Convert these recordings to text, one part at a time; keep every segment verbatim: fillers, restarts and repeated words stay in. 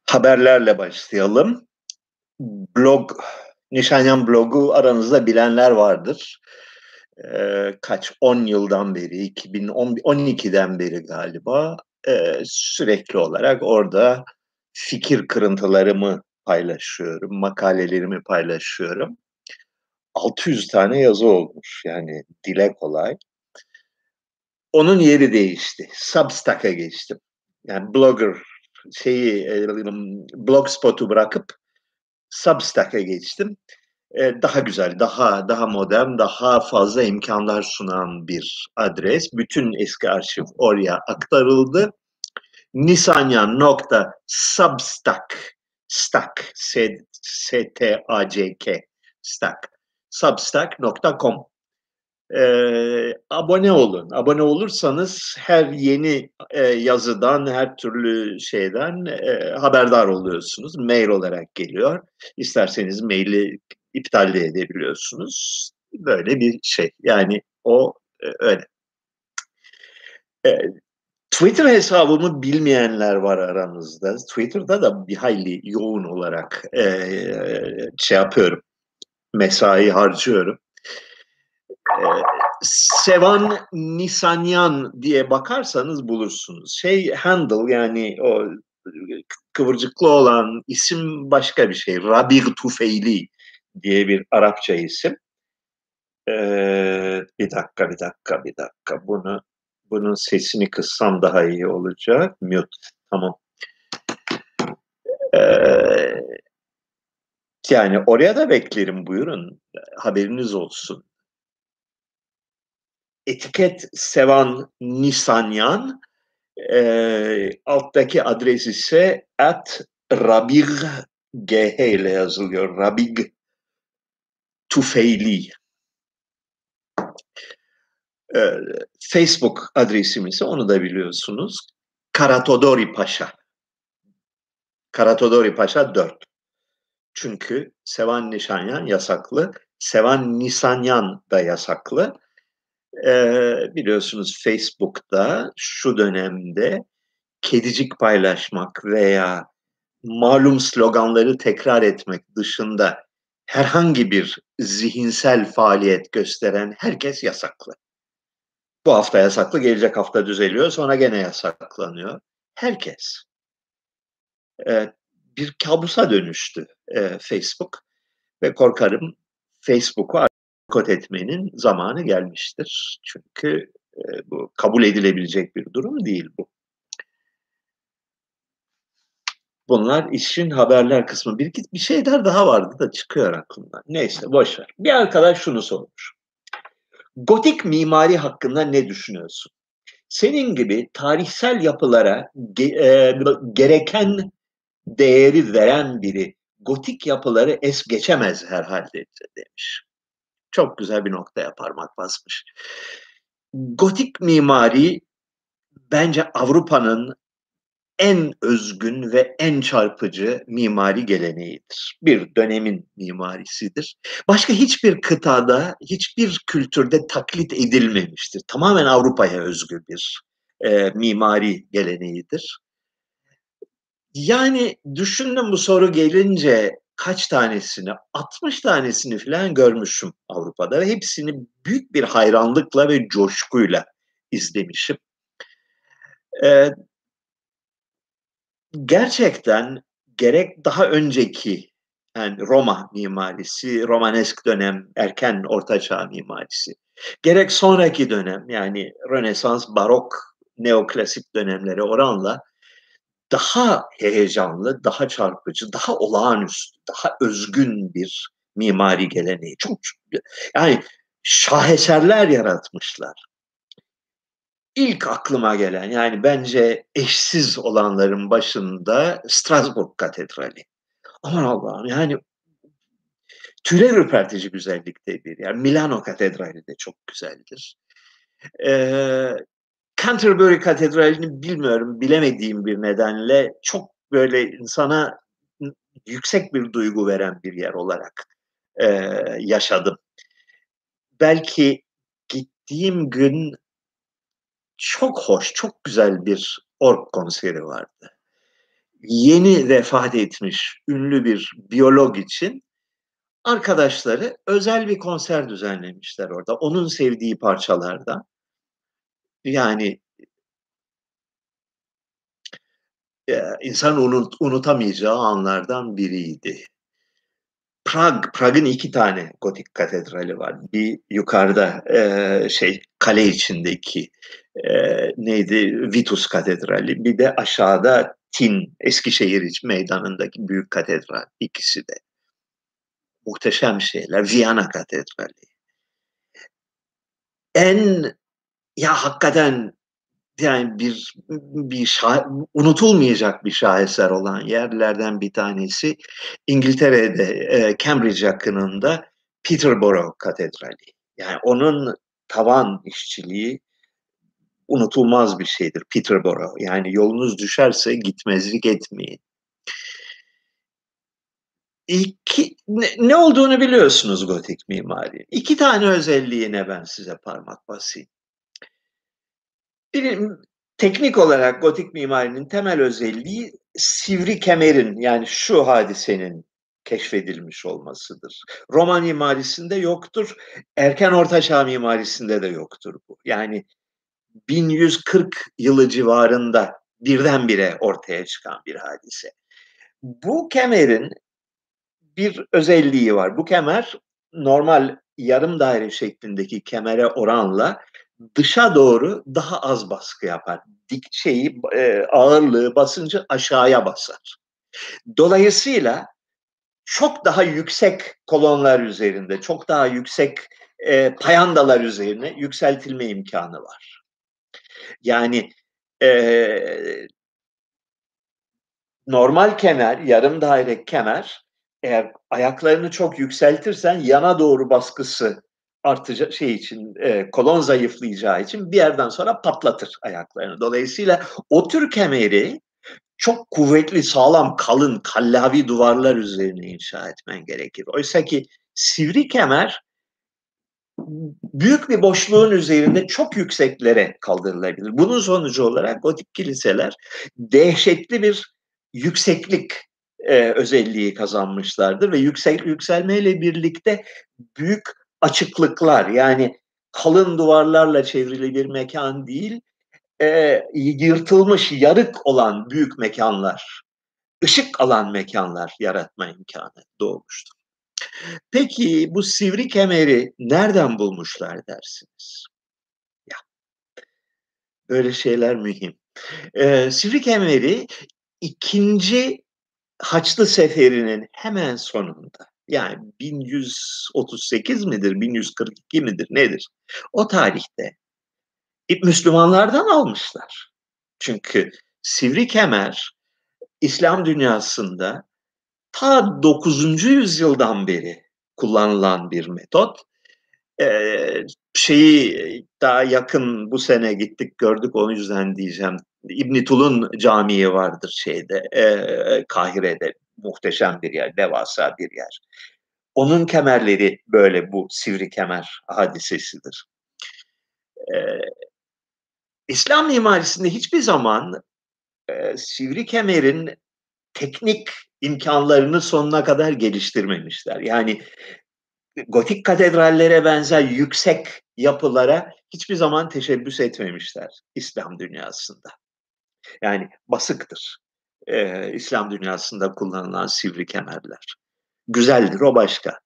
Haberlerle başlayalım. Blog, Nişanyan blogu aranızda bilenler vardır. Ee, kaç, on yıldan beri, iki bin on ikiden beri galiba e, sürekli olarak orada fikir kırıntılarımı paylaşıyorum, makalelerimi paylaşıyorum. altı yüz tane yazı olmuş, yani dile kolay. Onun yeri değişti. Substack'a geçtim. Yani blogger şeyi, Blogspot'u bırakıp Substack'a geçtim. Ee, daha güzel, daha daha modern, daha fazla imkanlar sunan bir adres. Bütün eski arşiv oraya aktarıldı. Nisanyan nokta Substack, Stack, S T A C K, Stack, substack nokta com. Ee, abone olun. Abone olursanız her yeni e, yazıdan, her türlü şeyden e, haberdar oluyorsunuz. Mail olarak geliyor. İsterseniz maili iptal de edebiliyorsunuz. Böyle bir şey. Yani o e, öyle. E, Twitter hesabımı bilmeyenler var aramızda. Twitter'da da bir hayli yoğun olarak e, şey yapıyorum. Mesai harcıyorum. Ee, Sevan Nisanyan diye bakarsanız bulursunuz. Şey handle, yani o kıvırcıklı olan isim başka bir şey. Rabir Tufeyli diye bir Arapça isim. Ee, bir dakika, bir dakika, bir dakika. Bunu bunun sesini kıssam daha iyi olacak. Mute. Tamam. Ee, yani oraya da beklerim, buyurun. Haberiniz olsun. Etiket Sevan Nisanyan. E, alttaki adres ise at rabig gh ile yazılıyor. Rabig Tufeyli. E, Facebook adresim ise, onu da biliyorsunuz, Karatodori Paşa. Karatodori Paşa dört. Çünkü Sevan Nişanyan yasaklı. Sevan Nisanyan da yasaklı. Ee, biliyorsunuz Facebook'ta şu dönemde kedicik paylaşmak veya malum sloganları tekrar etmek dışında herhangi bir zihinsel faaliyet gösteren herkes yasaklı. Bu hafta yasaklı, gelecek hafta düzeliyor, sonra gene yasaklanıyor. Herkes. Ee, bir kabusa dönüştü e, Facebook ve korkarım Facebook'u boykot etmenin zamanı gelmiştir. Çünkü e, bu kabul edilebilecek bir durum değil bu. Bunlar işin haberler kısmı. Bir, bir şeyler daha vardı da çıkıyor aklımdan. Neyse, boş ver. Bir arkadaş şunu sormuş. Gotik mimari hakkında ne düşünüyorsun? Senin gibi tarihsel yapılara ge, e, gereken değeri veren biri gotik yapıları es geçemez herhalde demiş. Çok güzel bir noktaya parmak basmış. Gotik mimari bence Avrupa'nın en özgün ve en çarpıcı mimari geleneğidir. Bir dönemin mimarisidir. Başka hiçbir kıtada, hiçbir kültürde taklit edilmemiştir. Tamamen Avrupa'ya özgü bir e, mimari geleneğidir. Yani düşündüm, bu soru gelince kaç tanesini, altmış tanesini falan görmüşüm Avrupa'da ve hepsini büyük bir hayranlıkla ve coşkuyla izlemişim. E, Gerçekten gerek daha önceki, yani Roma mimarisi, Romanesk dönem, erken Ortaçağ mimarisi, gerek sonraki dönem, yani Rönesans, Barok, Neoklasik dönemlere oranla daha heyecanlı, daha çarpıcı, daha olağanüstü, daha özgün bir mimari geleneği. Çok, yani şaheserler yaratmışlar. İlk aklıma gelen, yani bence eşsiz olanların başında Strasbourg Katedrali. Aman Allah'ım, yani tüyler ürpertici güzellikte bir yer. Milano Katedrali de çok güzeldir. Ee, Canterbury Katedrali'ni bilmiyorum, bilemediğim bir nedenle çok böyle insana yüksek bir duygu veren bir yer olarak e, yaşadım. Belki gittiğim gün çok hoş, çok güzel bir org konseri vardı. yeni vefat etmiş ünlü bir biyolog için arkadaşları özel bir konser düzenlemişler orada. Onun sevdiği parçalardan. Yani e, insan unut, unutamayacağı anlardan biriydi. Prag, Prag'ın iki tane gotik katedrali var. Bir yukarıda e, şey kale içindeki e, neydi Vitus Katedrali. Bir de aşağıda Tin, Eskişehir iç meydanındaki büyük katedral. İkisi de muhteşem şeyler. Viyana Katedrali. En ya hakikaten yani bir bir şah, unutulmayacak bir şaheser olan yerlerden bir tanesi İngiltere'de e, Cambridge yakınında Peterborough Katedrali. Yani onun tavan işçiliği unutulmaz bir şeydir Peterborough. Yani yolunuz düşerse gitmezlik etmeyin. İki, ne, ne olduğunu biliyorsunuz gotik mimari. İki tane özelliğine ben size parmak basayım. Bir, teknik olarak gotik mimarinin temel özelliği sivri kemerin yani şu hadisenin keşfedilmiş olmasıdır. Roma mimarisinde yoktur, erken ortaçağ mimarisinde de yoktur bu. Yani bin yüz kırk yılı civarında birdenbire ortaya çıkan bir hadise. Bu kemerin bir özelliği var. Bu kemer normal yarım daire şeklindeki kemere oranla dışa doğru daha az baskı yapar. Dik şeyi e, ağırlığı basıncı aşağıya basar. Dolayısıyla çok daha yüksek kolonlar üzerinde, çok daha yüksek e, payandalar üzerine yükseltilme imkanı var. Yani e, normal kemer, yarım daire kemer, eğer ayaklarını çok yükseltirsen yana doğru baskısı artacak şey için e, kolon zayıflayacağı için bir yerden sonra patlatır ayaklarını. Dolayısıyla o tür kemeri çok kuvvetli, sağlam, kalın, kallavi duvarlar üzerine inşa etmen gerekir. Oysa ki sivri kemer büyük bir boşluğun üzerinde çok yükseklere kaldırılabilir. Bunun sonucu olarak gotik kiliseler dehşetli bir yükseklik e, özelliği kazanmışlardır ve yüksek yükselmeyle birlikte büyük açıklıklar yani kalın duvarlarla çevrili bir mekan değil, e, yırtılmış, yarık olan büyük mekanlar, ışık alan mekanlar yaratma imkanı doğmuştur. Peki bu sivri kemeri nereden bulmuşlar dersiniz? Ya böyle şeyler mühim. Ee, sivri kemeri ikinci Haçlı Seferi'nin hemen sonunda yani bin yüz otuz sekiz midir, bin yüz kırk iki midir nedir? O tarihte Müslümanlardan almışlar. Çünkü sivri kemer İslam dünyasında ta dokuzuncu yüzyıldan beri kullanılan bir metot. Ee, şeyi daha yakın bu sene gittik gördük o yüzden diyeceğim. İbn Tulun Camii vardır şeyde e, Kahire'de muhteşem bir yer, devasa bir yer. Onun kemerleri böyle bu sivri kemer hadisesidir. Ee, İslam mimarisinde hiçbir zaman e, sivri kemerin teknik imkanlarını sonuna kadar geliştirmemişler. Yani gotik katedrallere benzer yüksek yapılara hiçbir zaman teşebbüs etmemişler İslam dünyasında. Yani basıktır e, İslam dünyasında kullanılan sivri kemerler. Güzeldir, o başka.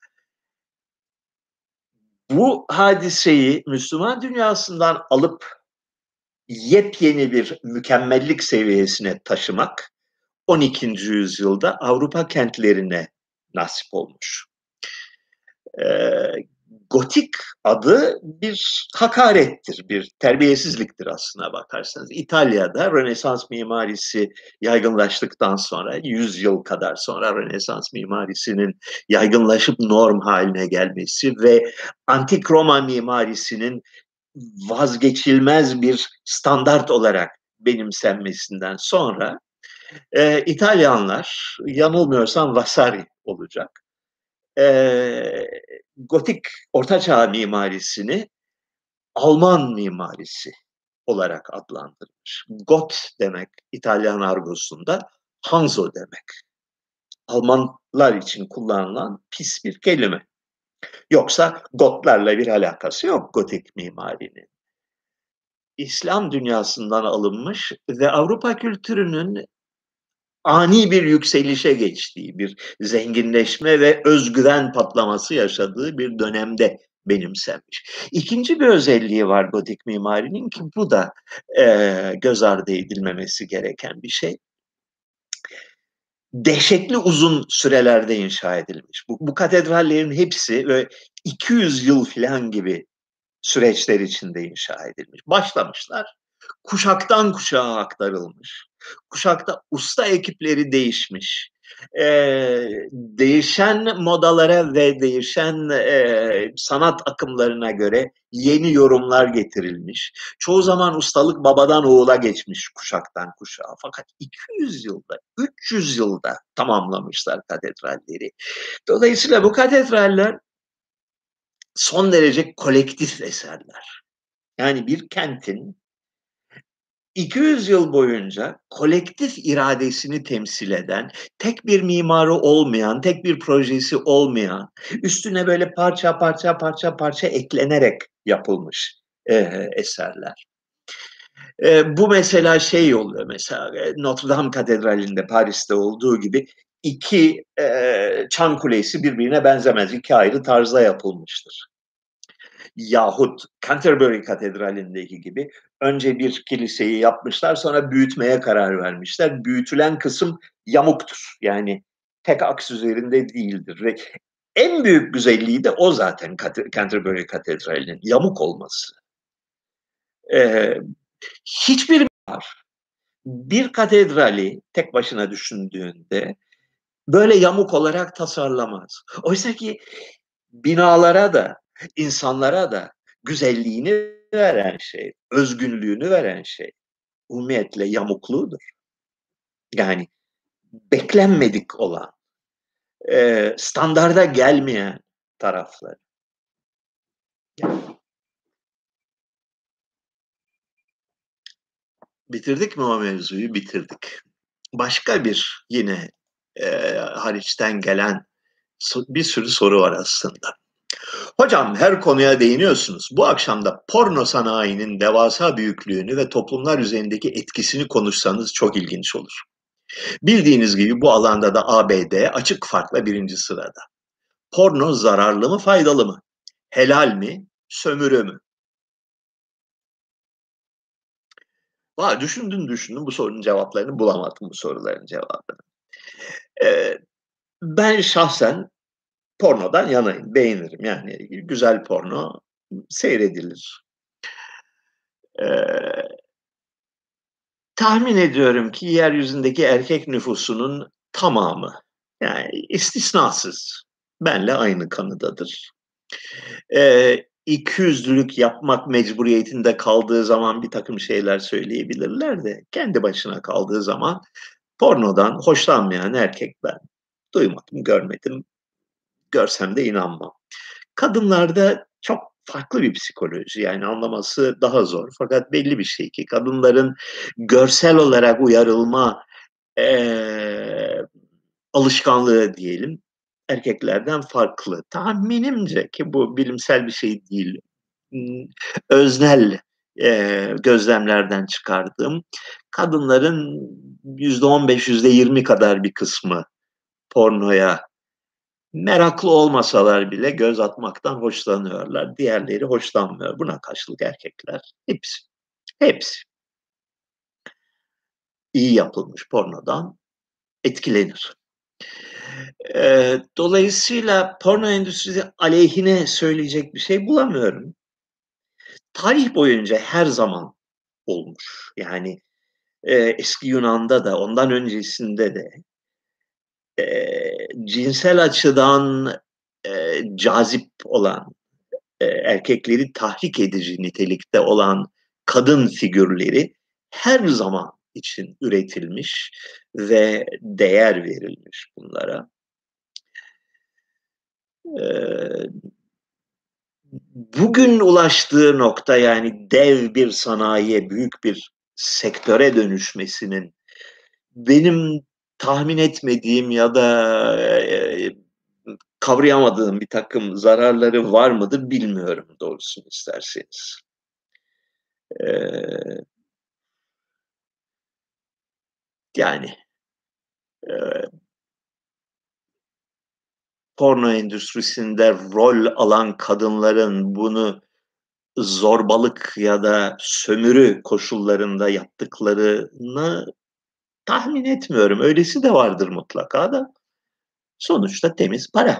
Bu hadiseyi Müslüman dünyasından alıp yepyeni bir mükemmellik seviyesine taşımak on ikinci yüzyılda Avrupa kentlerine nasip olmuş. Ee, gotik adı bir hakarettir, bir terbiyesizliktir aslına bakarsanız. İtalya'da Rönesans mimarisi yaygınlaştıktan sonra, yüz yıl kadar sonra Rönesans mimarisinin yaygınlaşıp norm haline gelmesi ve Antik Roma mimarisinin vazgeçilmez bir standart olarak benimsenmesinden sonra e, İtalyanlar, yanılmıyorsam Vasari olacak, e, gotik ortaçağ mimarisini Alman mimarisi olarak adlandırmış. Got demek İtalyan argosunda Hanzo demek. Almanlar için kullanılan pis bir kelime. Yoksa Gotlarla bir alakası yok gotik mimarinin. İslam dünyasından alınmış ve Avrupa kültürünün ani bir yükselişe geçtiği, bir zenginleşme ve özgüven patlaması yaşadığı bir dönemde benimsenmiş. İkinci bir özelliği var gotik mimarinin ki bu da e, göz ardı edilmemesi gereken bir şey. Dehşetli uzun sürelerde inşa edilmiş. Bu, bu katedrallerin hepsi böyle iki yüz yıl falan gibi süreçler içinde inşa edilmiş. Başlamışlar, kuşaktan kuşağa aktarılmış. Kuşakta usta ekipleri değişmiş. Ee, değişen modalara ve değişen e, sanat akımlarına göre yeni yorumlar getirilmiş. Çoğu zaman ustalık babadan oğula geçmiş kuşaktan kuşağa. Fakat iki yüz yılda, üç yüz yılda tamamlamışlar katedralleri. Dolayısıyla bu katedraller son derece kolektif eserler. Yani bir kentin iki yüz yıl boyunca kolektif iradesini temsil eden, tek bir mimarı olmayan, tek bir projesi olmayan, üstüne böyle parça parça parça parça eklenerek yapılmış e, eserler. E, bu mesela şey oluyor mesela Notre Dame Katedrali'nde Paris'te olduğu gibi iki e, çan kulesi birbirine benzemez, iki ayrı tarzda yapılmıştır. Yahut Canterbury Katedrali'ndeki gibi önce bir kiliseyi yapmışlar, sonra büyütmeye karar vermişler. Büyütülen kısım yamuktur. Yani tek aks üzerinde değildir. Ve en büyük güzelliği de o zaten Canterbury Katedrali'nin yamuk olması. Ee, hiçbir mimar bir katedrali tek başına düşündüğünde böyle yamuk olarak tasarlamaz. Oysa ki binalara da, insanlara da güzelliğini veren şey, özgünlüğünü veren şey umumiyetle yamukluğudur. Yani beklenmedik olan, e, standarda gelmeyen tarafları. Bitirdik mi o mevzuyu? Bitirdik. Başka bir yine e, hariçten gelen bir sürü soru var aslında. Hocam her konuya değiniyorsunuz. Bu akşam da porno sanayinin devasa büyüklüğünü ve toplumlar üzerindeki etkisini konuşsanız çok ilginç olur. Bildiğiniz gibi bu alanda da A B D açık farkla birinci sırada. Porno zararlı mı faydalı mı? Helal mi? Sömürü mü? Valla düşündüm düşündüm bu sorunun cevaplarını bulamadım bu soruların cevabını. Ee, ben şahsen pornodan yanayım, beğenirim. Yani güzel porno seyredilir. Ee, tahmin ediyorum ki yeryüzündeki erkek nüfusunun tamamı, yani istisnasız, benle aynı kanıdadır. Ee, iki yüzlülük yapmak mecburiyetinde kaldığı zaman bir takım şeyler söyleyebilirler de kendi başına kaldığı zaman pornodan hoşlanmayan erkek ben duymadım, görmedim, görsem de inanmam. Kadınlarda çok farklı bir psikoloji, yani anlaması daha zor. Fakat belli bir şey ki kadınların görsel olarak uyarılma e, alışkanlığı diyelim erkeklerden farklı. Tahminimce ki bu bilimsel bir şey değil, öznel e, gözlemlerden çıkardığım kadınların yüzde on beş, yüzde yirmi kadar bir kısmı pornoya meraklı olmasalar bile göz atmaktan hoşlanıyorlar. Diğerleri hoşlanmıyor. Buna karşılık erkekler hepsi, hepsi iyi yapılmış pornodan etkilenir. E, dolayısıyla porno endüstrisi aleyhine söyleyecek bir şey bulamıyorum. Tarih boyunca her zaman olmuş. Yani e, eski Yunan'da da ondan öncesinde de e, cinsel açıdan e, cazip olan, e, erkekleri tahrik edici nitelikte olan kadın figürleri her zaman için üretilmiş ve değer verilmiş bunlara. Ee, bugün ulaştığı nokta, yani dev bir sanayiye, büyük bir sektöre dönüşmesinin benim tahmin etmediğim ya da e, kavrayamadığım bir takım zararları var mıdır bilmiyorum doğrusunu isterseniz. Ee, yani e, porno endüstrisinde rol alan kadınların bunu zorbalık ya da sömürü koşullarında yaptıklarını tahmin etmiyorum. Öylesi de vardır mutlaka da. Sonuçta temiz para.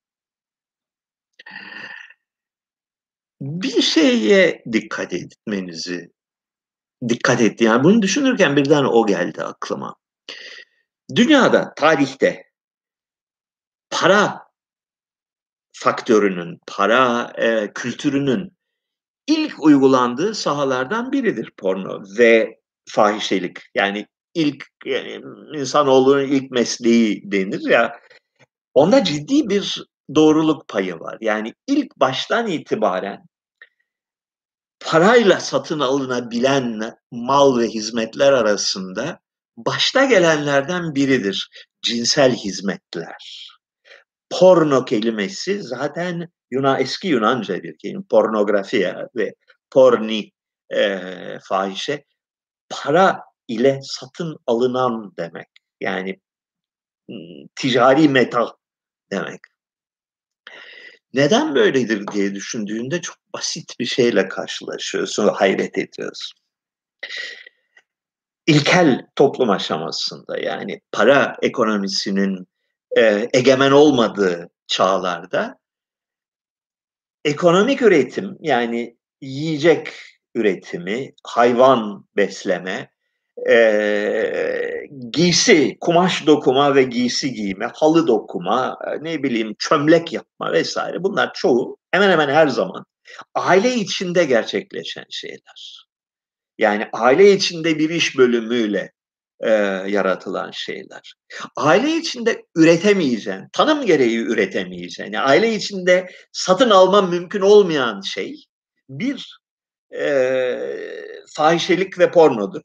Bir şeye dikkat etmenizi dikkat etti. Yani bunu düşünürken birden o geldi aklıma. Dünyada, tarihte para faktörünün, para e, kültürünün ilk uygulandığı sahalardan biridir porno ve fahişelik. Yani ilk yani insanoğlunun ilk mesleği denir ya. Onda ciddi bir doğruluk payı var. Yani ilk baştan itibaren parayla satın alınabilen mal ve hizmetler arasında başta gelenlerden biridir cinsel hizmetler. Porno kelimesi zaten Yunan, eski Yunanca bir kelime. Pornografiya ve porni e, fahişe para ile satın alınan demek. Yani ticari meta demek. Neden böyledir diye düşündüğünde çok basit bir şeyle karşılaşıyorsun ve hayret ediyorsun. İlkel toplum aşamasında yani para ekonomisinin e, egemen olmadığı çağlarda ekonomik üretim yani yiyecek üretimi, hayvan besleme, e, giysi, kumaş dokuma ve giysi giyme, halı dokuma, ne bileyim çömlek yapma vesaire bunlar çoğu hemen hemen her zaman aile içinde gerçekleşen şeyler. Yani aile içinde bir iş bölümüyle e, yaratılan şeyler. Aile içinde üretemeyeceğin, tanım gereği üretemeyeceğin, yani aile içinde satın alma mümkün olmayan şey bir e, fahişelik ve pornodur.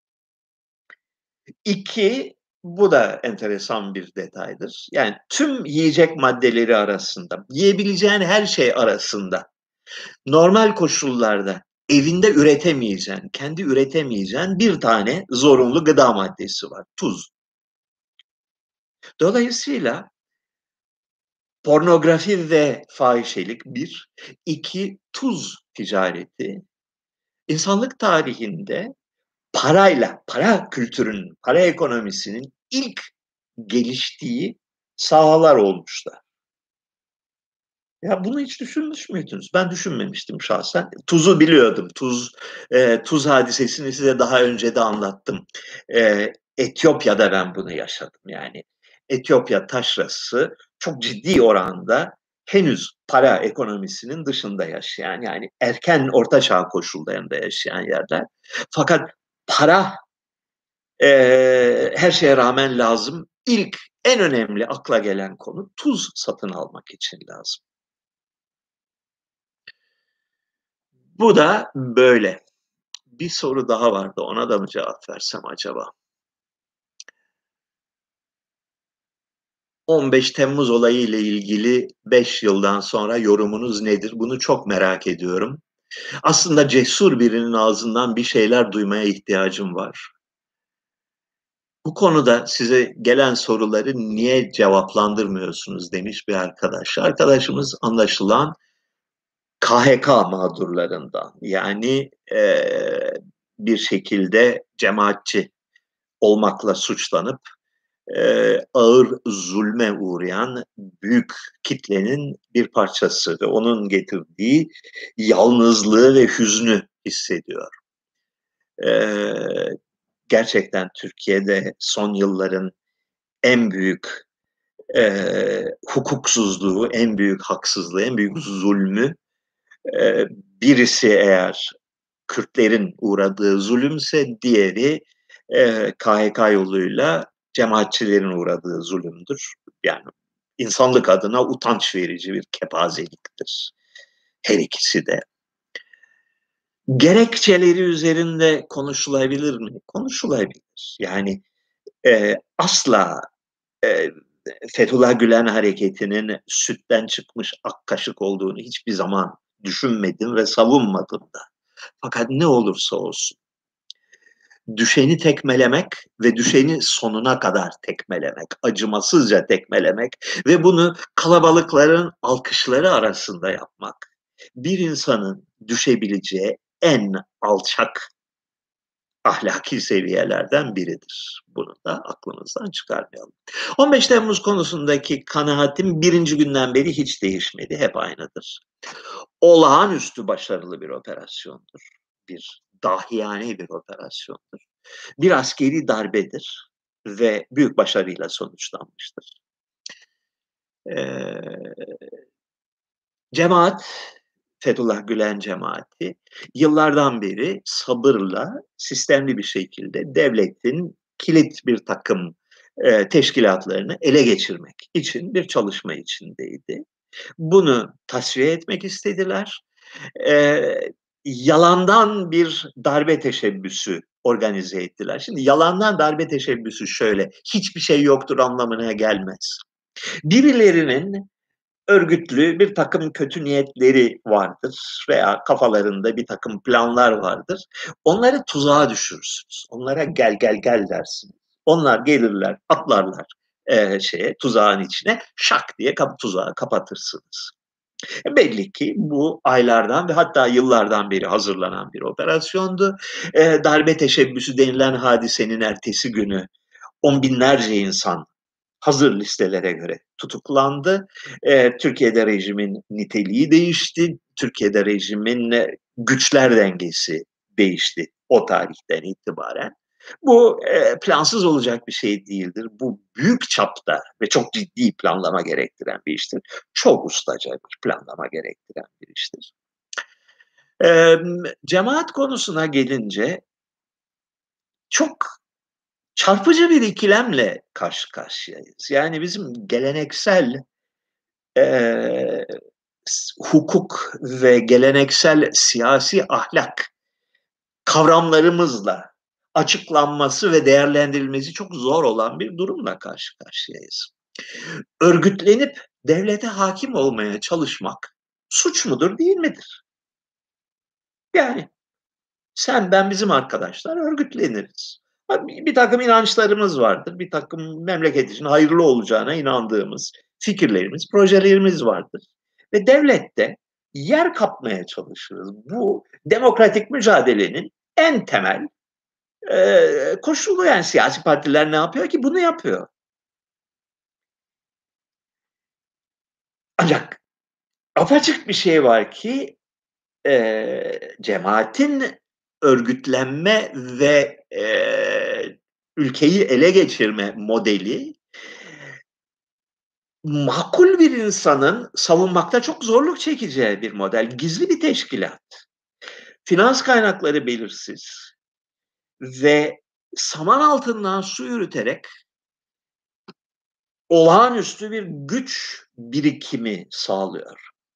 İki, bu da enteresan bir detaydır. Yani tüm yiyecek maddeleri arasında, yiyebileceğin her şey arasında normal koşullarda evinde üretemeyeceğin, kendi üretemeyeceğin bir tane zorunlu gıda maddesi var. Tuz. Dolayısıyla pornografi ve fahişelik bir. İki, tuz ticareti. İnsanlık tarihinde parayla, para kültürünün, para ekonomisinin ilk geliştiği sahalar olmuşlar. Ya bunu hiç düşünmüş müydünüz? Ben düşünmemiştim şahsen. Tuzu biliyordum. Tuz e, tuz hadisesini size daha önce de anlattım. E, Etiyopya'da ben bunu yaşadım. Yani Etiyopya taşrası çok ciddi oranda henüz para ekonomisinin dışında yaşayan yani erken orta çağ koşullarında yaşayan yerler. Fakat para e, her şeye rağmen lazım. İlk en önemli akla gelen konu tuz satın almak için lazım. Bu da böyle. Bir soru daha vardı. Ona da mı cevap versem acaba? on beş Temmuz olayı ile ilgili beş yıldan sonra yorumunuz nedir? Bunu çok merak ediyorum. Aslında cesur birinin ağzından bir şeyler duymaya ihtiyacım var. Bu konuda size gelen soruları niye cevaplandırmıyorsunuz demiş bir arkadaş. Arkadaşımız anlaşılan K H K mağdurlarından yani e, bir şekilde cemaatçi olmakla suçlanıp e, ağır zulme uğrayan büyük kitlenin bir parçası ve onun getirdiği yalnızlığı ve hüznü hissediyor. E, gerçekten Türkiye'de son yılların en büyük e, hukuksuzluğu, en büyük haksızlığı, en büyük zulmü e, birisi eğer Kürtlerin uğradığı zulümse diğeri e, K H K yoluyla cemaatçilerin uğradığı zulümdür. Yani insanlık adına utanç verici bir kepazeliktir. Her ikisi de. Gerekçeleri üzerinde konuşulabilir mi? Konuşulabilir. Yani Eee, asla, eee, Fethullah Gülen hareketinin sütten çıkmış ak kaşık olduğunu hiçbir zaman düşünmedim ve savunmadım da. Fakat ne olursa olsun, düşeni tekmelemek ve düşeni sonuna kadar tekmelemek, acımasızca tekmelemek ve bunu kalabalıkların alkışları arasında yapmak, bir insanın düşebileceği en alçak ahlaki seviyelerden biridir. Bunu da aklımızdan çıkarmayalım. on beş Temmuz konusundaki kanaatim birinci günden beri hiç değişmedi, hep aynıdır. Olağanüstü başarılı bir operasyondur. Bir dahiyane bir operasyondur. Bir askeri darbedir ve büyük başarıyla sonuçlanmıştır. Eee, cemaat, Fethullah Gülen cemaati yıllardan beri sabırla, sistemli bir şekilde devletin kilit bir takım eee, teşkilatlarını ele geçirmek için bir çalışma içindeydi. Bunu tasfiye etmek istediler. Eee, yalandan bir darbe teşebbüsü organize ettiler. Şimdi yalandan darbe teşebbüsü şöyle, hiçbir şey yoktur anlamına gelmez. Birilerinin örgütlü bir takım kötü niyetleri vardır veya kafalarında bir takım planlar vardır. Onları tuzağa düşürürsünüz. Onlara gel gel gel dersiniz. Onlar gelirler, atlarlar eee, şeye, tuzağın içine, şak diye kap tuzağı kapatırsınız. E, belli ki bu aylardan ve hatta yıllardan beri hazırlanan bir operasyondu. Eee, darbe teşebbüsü denilen hadisenin ertesi günü on binlerce insan hazır listelere göre tutuklandı. Eee, Türkiye'de rejimin niteliği değişti. Türkiye'de rejimin e, güçler dengesi değişti o tarihten itibaren. Bu e, plansız olacak bir şey değildir. Bu büyük çapta ve çok ciddi planlama gerektiren bir iştir. Çok ustaca bir planlama gerektiren bir iştir. Emm, cemaat konusuna gelince çok çarpıcı bir ikilemle karşı karşıyayız. Yani bizim geleneksel eee, hukuk ve geleneksel siyasi ahlak kavramlarımızla açıklanması ve değerlendirilmesi çok zor olan bir durumla karşı karşıyayız. Örgütlenip devlete hakim olmaya çalışmak suç mudur, değil midir? Yani sen, ben, bizim arkadaşlar örgütleniriz. Bir bir takım inançlarımız vardır. Bir takım memleket için hayırlı olacağına inandığımız fikirlerimiz, projelerimiz vardır ve devlette yer kapmaya çalışırız. Bu demokratik mücadelenin en temel, eee, koşulu. Yani siyasi partiler ne yapıyor ki? Bunu yapıyor. Ancak apaçık bir şey var ki, eee, cemaatin örgütlenme ve, eee, ülkeyi ele geçirme modeli, makul bir insanın savunmakta çok zorluk çekeceği bir model. Gizli bir teşkilat, finans kaynakları belirsiz ve saman altından su yürüterek olağanüstü bir güç birikimi sağlıyor.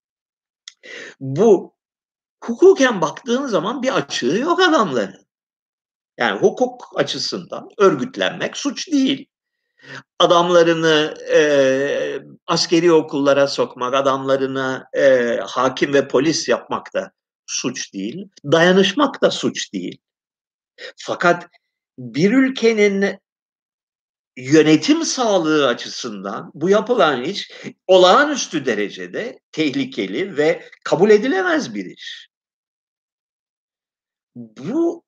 Bu hukuken baktığın zaman bir açığı yok adamların. Yani hukuk açısından örgütlenmek suç değil. Adamlarını eee, askeri okullara sokmak, adamlarını eee, hakim ve polis yapmak da suç değil. Dayanışmak da suç değil. Fakat bir ülkenin yönetim sağlığı açısından bu yapılan iş olağanüstü derecede tehlikeli ve kabul edilemez bir iş. Bu,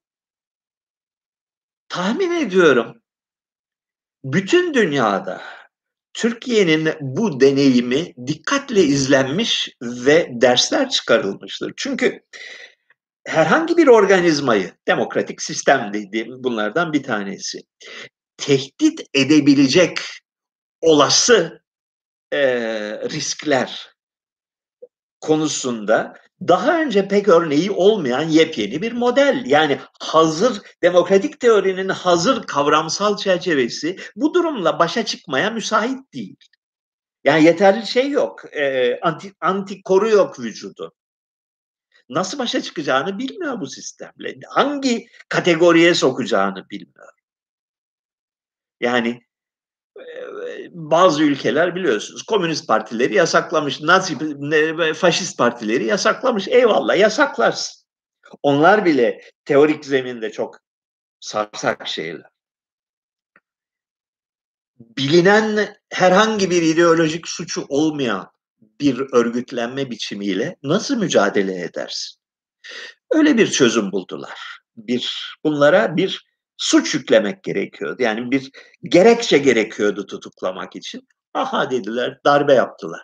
tahmin ediyorum, bütün dünyada Türkiye'nin bu deneyimi dikkatle izlenmiş ve dersler çıkarılmıştır. Çünkü herhangi bir organizmayı, demokratik sistem dediğim bunlardan bir tanesi, tehdit edebilecek olası eee, riskler konusunda daha önce pek örneği olmayan yepyeni bir model. Yani hazır, demokratik teorinin hazır kavramsal çerçevesi bu durumla başa çıkmaya müsait değil. Yani yeterli şey yok, eee, anti antikoru yok vücudun. Nasıl başa çıkacağını bilmiyor bu sistemle. Hangi kategoriye sokacağını bilmiyor. Yani eee, bazı ülkeler biliyorsunuz komünist partileri yasaklamış, Nazi, ne faşist partileri yasaklamış. Eyvallah, yasaklarsın. Onlar bile teorik zeminde çok sarsak şeyler. Bilinen herhangi bir ideolojik suçu olmayan bir örgütlenme biçimiyle nasıl mücadele edersin? Öyle bir çözüm buldular. Bir bunlara bir suç yüklemek gerekiyordu. Yani bir gerekçe gerekiyordu tutuklamak için. Aha dediler, darbe yaptılar.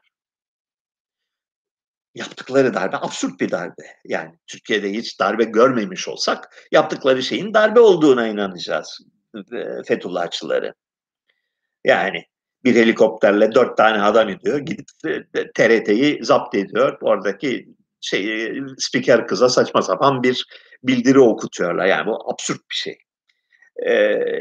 Yaptıkları darbe absürt bir darbe. Yani Türkiye'de hiç darbe görmemiş olsak yaptıkları şeyin darbe olduğuna inanacağız. Fethullahçıları. Yani bir helikopterle dört tane adam iniyor, gidip T R T'yi zapt ediyor. Oradaki şey, spiker kıza saçma sapan bir bildiri okutuyorlar. Yani bu absürt bir şey. Ee,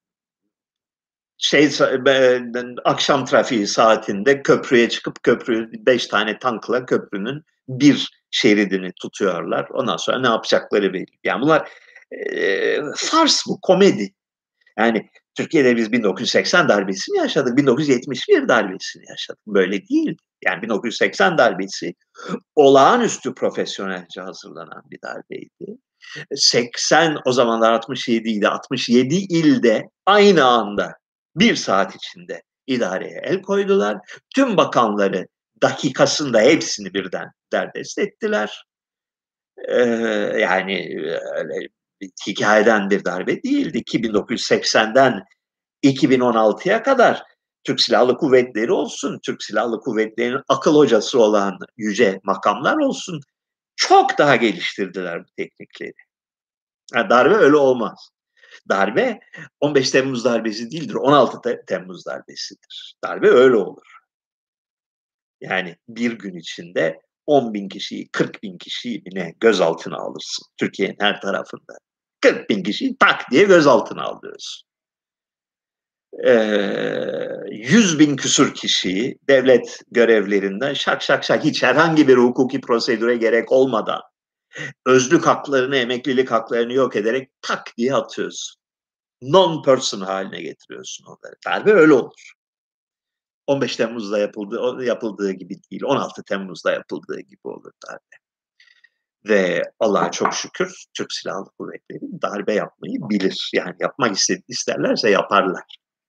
şey akşam trafiği saatinde köprüye çıkıp köprü beş tane tankla köprünün bir şeridini tutuyorlar. Ondan sonra ne yapacakları belli. Yani bunlar e, fars bu, komedi. Yani Türkiye'de biz bin dokuz yüz seksen darbesini yaşadık, bin dokuz yüz yetmiş bir darbesini yaşadık. Böyle değil. Yani bin dokuz yüz seksen darbesi olağanüstü profesyonelce hazırlanan bir darbeydi. seksen, o zamanlar altmış yedi idi. altmış yedi ilde aynı anda bir saat içinde idareye el koydular. Tüm bakanları dakikasında hepsini birden derdest ettiler. Ee, yani öyle hikayeden bir darbe değildi ki bin dokuz yüz seksenden iki bin on altıya kadar Türk Silahlı Kuvvetleri olsun, Türk Silahlı Kuvvetleri'nin akıl hocası olan yüce makamlar olsun, çok daha geliştirdiler bu teknikleri. Yani darbe öyle olmaz. Darbe on beş Temmuz darbesi değildir, on altı Temmuz darbesidir. Darbe öyle olur. Yani bir gün içinde on bin kişiyi, kırk bin kişiyi ne gözaltına alırsın Türkiye'nin her tarafında. kırk bin kişiyi tak diye gözaltına alıyorsun. yüz bin küsur kişiyi devlet görevlerinden şak şak şak hiç herhangi bir hukuki prosedüre gerek olmadan özlük haklarını, emeklilik haklarını yok ederek tak diye atıyorsun. Non-person haline getiriyorsun onları. Darbe öyle olur. on beş Temmuz'da yapıldığı, yapıldığı gibi değil, on altı Temmuz'da yapıldığı gibi olur darbe. Ve Allah'a çok şükür Türk Silahlı Kuvvetleri darbe yapmayı bilir. Yani yapmak isterlerse yaparlar.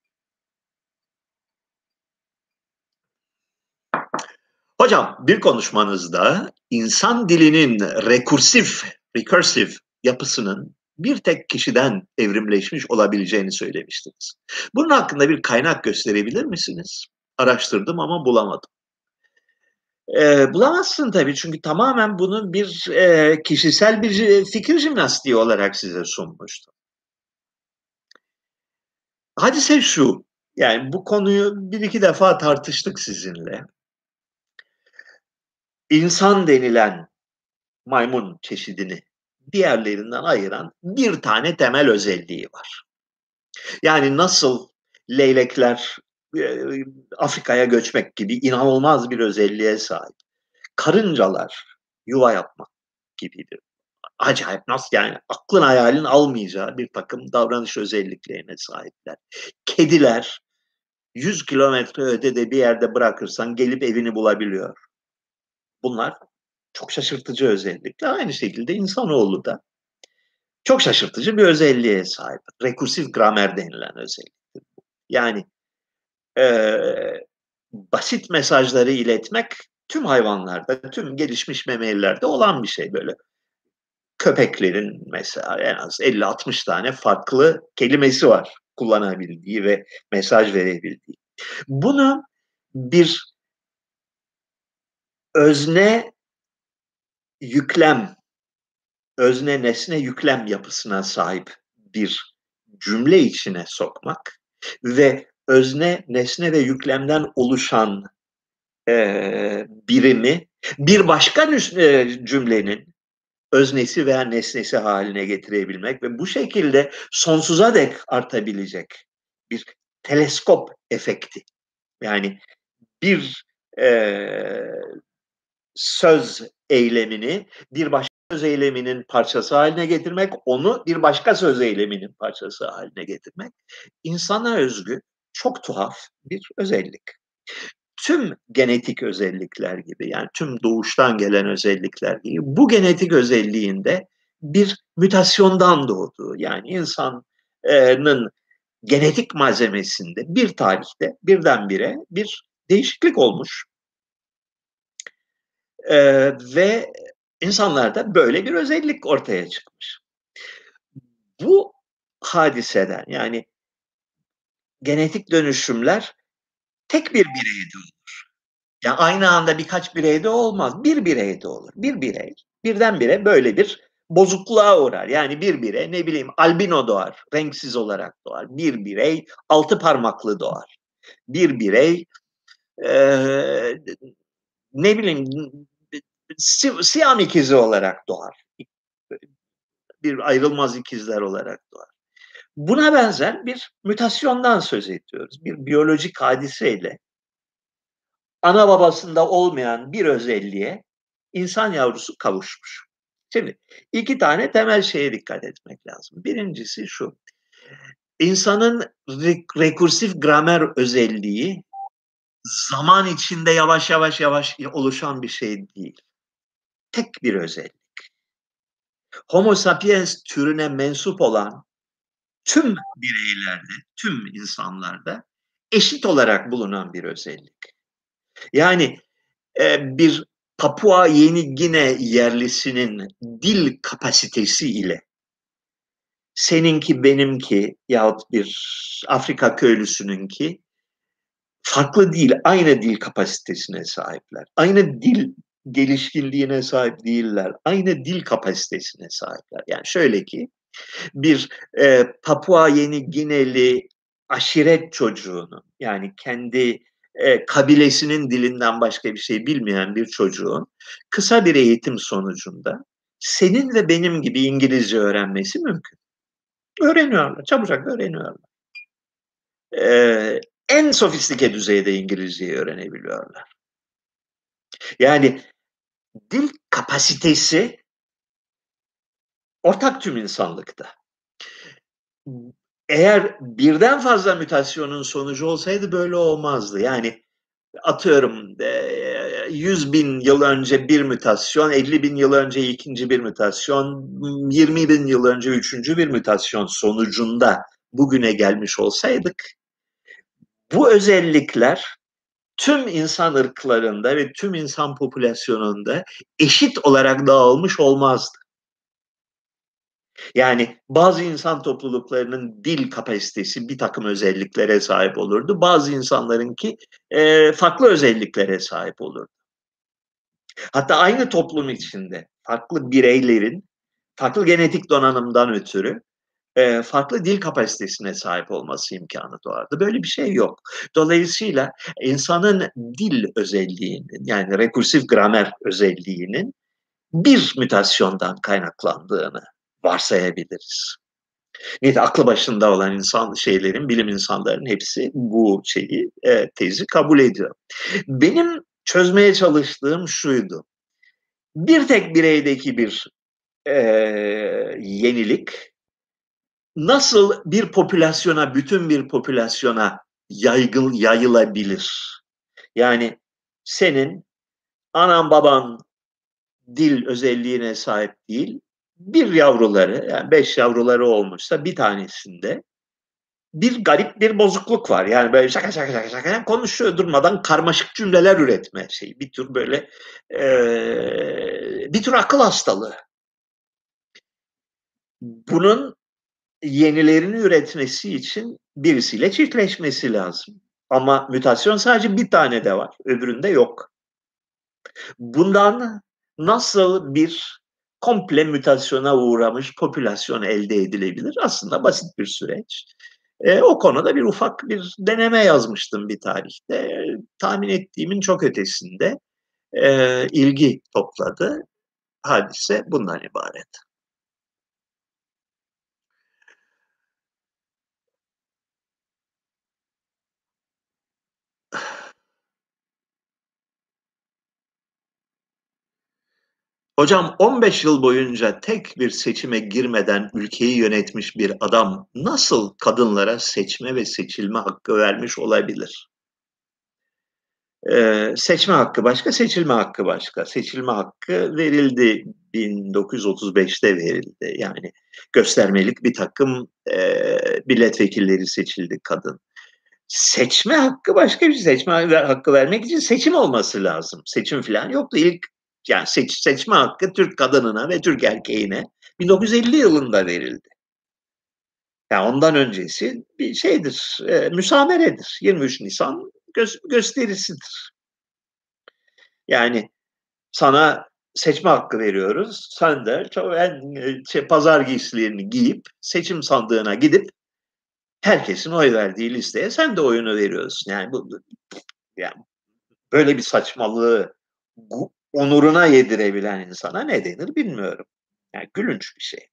Hocam bir konuşmanızda insan dilinin rekursif, recursive yapısının bir tek kişiden evrimleşmiş olabileceğini söylemiştiniz. Bunun hakkında bir kaynak gösterebilir misiniz? Araştırdım ama bulamadım. Ee, bulamazsın tabii çünkü tamamen bunu bir e, kişisel bir fikir jimnastiği olarak size sunmuştum. Hadise şu, yani bu konuyu bir iki defa tartıştık sizinle. İnsan denilen maymun çeşidini diğerlerinden ayıran bir tane temel özelliği var. Yani nasıl leylekler e, Afrika'ya göçmek gibi inanılmaz bir özelliğe sahip. Karıncalar yuva yapmak gibidir. Acayip, nasıl yani, aklın hayalin almayacağı bir takım davranış özelliklerine sahipler. Kediler yüz kilometre ötede bir yerde bırakırsan gelip evini bulabiliyor. Bunlar çok şaşırtıcı özellikler. Aynı şekilde insanoğlu da çok şaşırtıcı bir özelliğe sahip. Rekursif gramer denilen özelliktir. Yani e, basit mesajları iletmek tüm hayvanlarda, tüm gelişmiş memelilerde olan bir şey böyle. Köpeklerin mesela en az elli altmış tane farklı kelimesi var kullanabildiği ve mesaj verebildiği. Bunu bir özne yüklem, özne nesne yüklem yapısına sahip bir cümle içine sokmak ve özne, nesne ve yüklemden oluşan e, birimi bir başka e, cümlenin öznesi veya nesnesi haline getirebilmek ve bu şekilde sonsuza dek artabilecek bir teleskop efekti. Yani bir e, söz eylemini bir başka söz eyleminin parçası haline getirmek, onu bir başka söz eyleminin parçası haline getirmek, insana özgü, çok tuhaf bir özellik. Tüm genetik özellikler gibi, yani tüm doğuştan gelen özellikler gibi bu genetik özelliğin de bir mutasyondan doğduğu, yani insanın genetik malzemesinde bir tarihte birdenbire bir değişiklik olmuş. Ee, ve insanlarda böyle bir özellik ortaya çıkmış. Bu hadiseden, yani genetik dönüşümler tek bir bireyde olur. Yani aynı anda birkaç bireyde olmaz. Bir bireyde olur. Bir birey birdenbire böyle bir bozukluğa uğrar. Yani bir birey, ne bileyim, albino doğar, renksiz olarak doğar. Bir birey altı parmaklı doğar. Bir birey ee, ne bileyim si Siyam ikizi olarak doğar. Bir ayrılmaz ikizler olarak doğar. Buna benzer bir mutasyondan söz ediyoruz. Bir biyolojik hadiseyle ana babasında olmayan bir özelliğe insan yavrusu kavuşmuş. Şimdi iki tane temel şeye dikkat etmek lazım. Birincisi şu: İnsanın rekursif gramer özelliği zaman içinde yavaş yavaş yavaş oluşan bir şey değil. Tek bir özellik. Homo sapiens türüne mensup olan tüm bireylerde, tüm insanlarda eşit olarak bulunan bir özellik. Yani e, bir Papua Yeni Gine yerlisinin dil kapasitesi ile seninki, benimki yahut bir Afrika köylüsününki farklı değil, aynı dil kapasitesine sahipler. Aynı dil gelişkinliğine sahip değiller. Aynı dil kapasitesine sahipler. Yani şöyle ki, bir e, Papua Yeni Gineli aşiret çocuğunun, yani kendi e, kabilesinin dilinden başka bir şey bilmeyen bir çocuğun kısa bir eğitim sonucunda senin ve benim gibi İngilizce öğrenmesi mümkün. Öğreniyorlar, çabucak öğreniyorlar. Ee, en sofistike düzeyde İngilizceyi öğrenebiliyorlar. Yani dil kapasitesi ortak tüm insanlıkta. Eğer birden fazla mutasyonun sonucu olsaydı böyle olmazdı. Yani atıyorum yüz bin yıl önce bir mutasyon, elli bin yıl önce ikinci bir mutasyon, yirmi bin yıl önce üçüncü bir mutasyon sonucunda bugüne gelmiş olsaydık, bu özellikler tüm insan ırklarında ve tüm insan popülasyonunda eşit olarak dağılmış olmazdı. Yani bazı insan topluluklarının dil kapasitesi bir takım özelliklere sahip olurdu. Bazı insanlarınki e, farklı özelliklere sahip olurdu. Hatta aynı toplum içinde farklı bireylerin farklı genetik donanımdan ötürü e, farklı dil kapasitesine sahip olması imkanı doğardı. Böyle bir şey yok. Dolayısıyla insanın dil özelliğinin, yani rekursif gramer özelliğinin bir mutasyondan kaynaklandığını varsayabiliriz. Neyse, aklı başında olan insan şeylerin, bilim insanlarının hepsi bu şeyi, e, tezi kabul ediyor. Benim çözmeye çalıştığım şuydu: bir tek bireydeki bir e, yenilik nasıl bir popülasyona, bütün bir popülasyona yaygın, yayılabilir? Yani senin anan baban dil özelliğine sahip değil, bir yavruları, yani beş yavruları olmuşsa bir tanesinde bir garip bir bozukluk var. Yani böyle şaka şaka şaka şaka konuşuyor durmadan, karmaşık cümleler üretme şeyi. Bir tür böyle e, bir tür akıl hastalığı. Bunun yenilerini üretmesi için birisiyle çiftleşmesi lazım. Ama mutasyon sadece bir tane de var, öbüründe yok. Bundan nasıl bir komple mutasyona uğramış popülasyon elde edilebilir? Aslında basit bir süreç. E, o konuda bir ufak bir deneme yazmıştım bir tarihte. E, tahmin ettiğimin çok ötesinde e, ilgi topladı. Hadise bundan ibaret. Hocam on beş yıl boyunca tek bir seçime girmeden ülkeyi yönetmiş bir adam nasıl kadınlara seçme ve seçilme hakkı vermiş olabilir? Ee, seçme hakkı başka, seçilme hakkı başka. Seçilme hakkı verildi, bin dokuz yüz otuz beşte verildi. Yani göstermelik bir takım e, milletvekilleri seçildi kadın. Seçme hakkı başka bir şey. Seçme hakkı vermek için seçim olması lazım. Seçim falan yoktu. İlk yani seç, seçme hakkı Türk kadınına ve Türk erkeğine bin dokuz yüz elli yılında verildi. Yani ondan öncesi bir şeydir, e, müsameredir. yirmi üç Nisan gö gösterisidir. Yani sana seçme hakkı veriyoruz. Sen de çok en şey, pazar giysilerini giyip seçim sandığına gidip herkesin oy verdiği listeye sen de oyunu veriyorsun. Yani bu yani böyle bir saçmalığı onuruna yedirebilen insana ne denir bilmiyorum. Yani gülünç bir şey.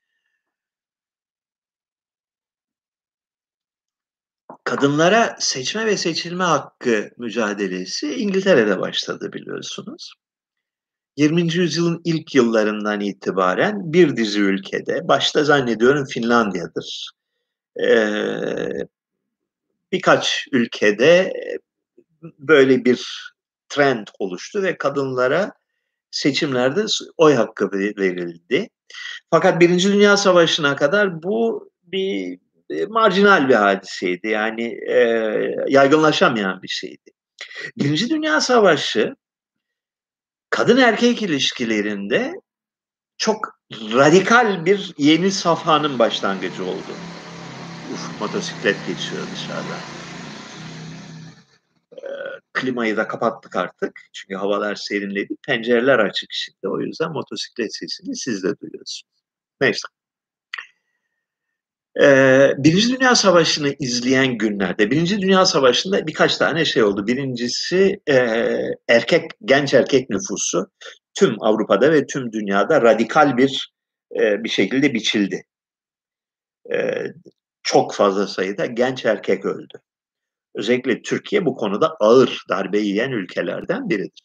Kadınlara seçme ve seçilme hakkı mücadelesi İngiltere'de başladı biliyorsunuz. yirminci yüzyılın ilk yıllarından itibaren bir dizi ülkede, başta zannediyorum Finlandiya'dır, ee, birkaç ülkede böyle bir trend oluştu ve kadınlara seçimlerde oy hakkı verildi. Fakat Birinci Dünya Savaşı'na kadar bu bir e, marjinal bir hadiseydi. Yani e, yaygınlaşamayan bir şeydi. Birinci Dünya Savaşı kadın erkek ilişkilerinde çok radikal bir yeni safhanın başlangıcı oldu. Uf, motosiklet geçiyor dışarıda. Ee, klimayı da kapattık artık. Çünkü havalar serinledi. Pencereler açık şimdi. O yüzden motosiklet sesini siz de duyuyorsunuz. Neyse. Ee, Birinci Dünya Savaşı'nı izleyen günlerde, Birinci Dünya Savaşı'nda birkaç tane şey oldu. Birincisi e, erkek, genç erkek nüfusu tüm Avrupa'da ve tüm dünyada radikal bir e, bir şekilde biçildi. E, çok fazla sayıda genç erkek öldü. Özellikle Türkiye bu konuda ağır darbe yiyen ülkelerden biridir.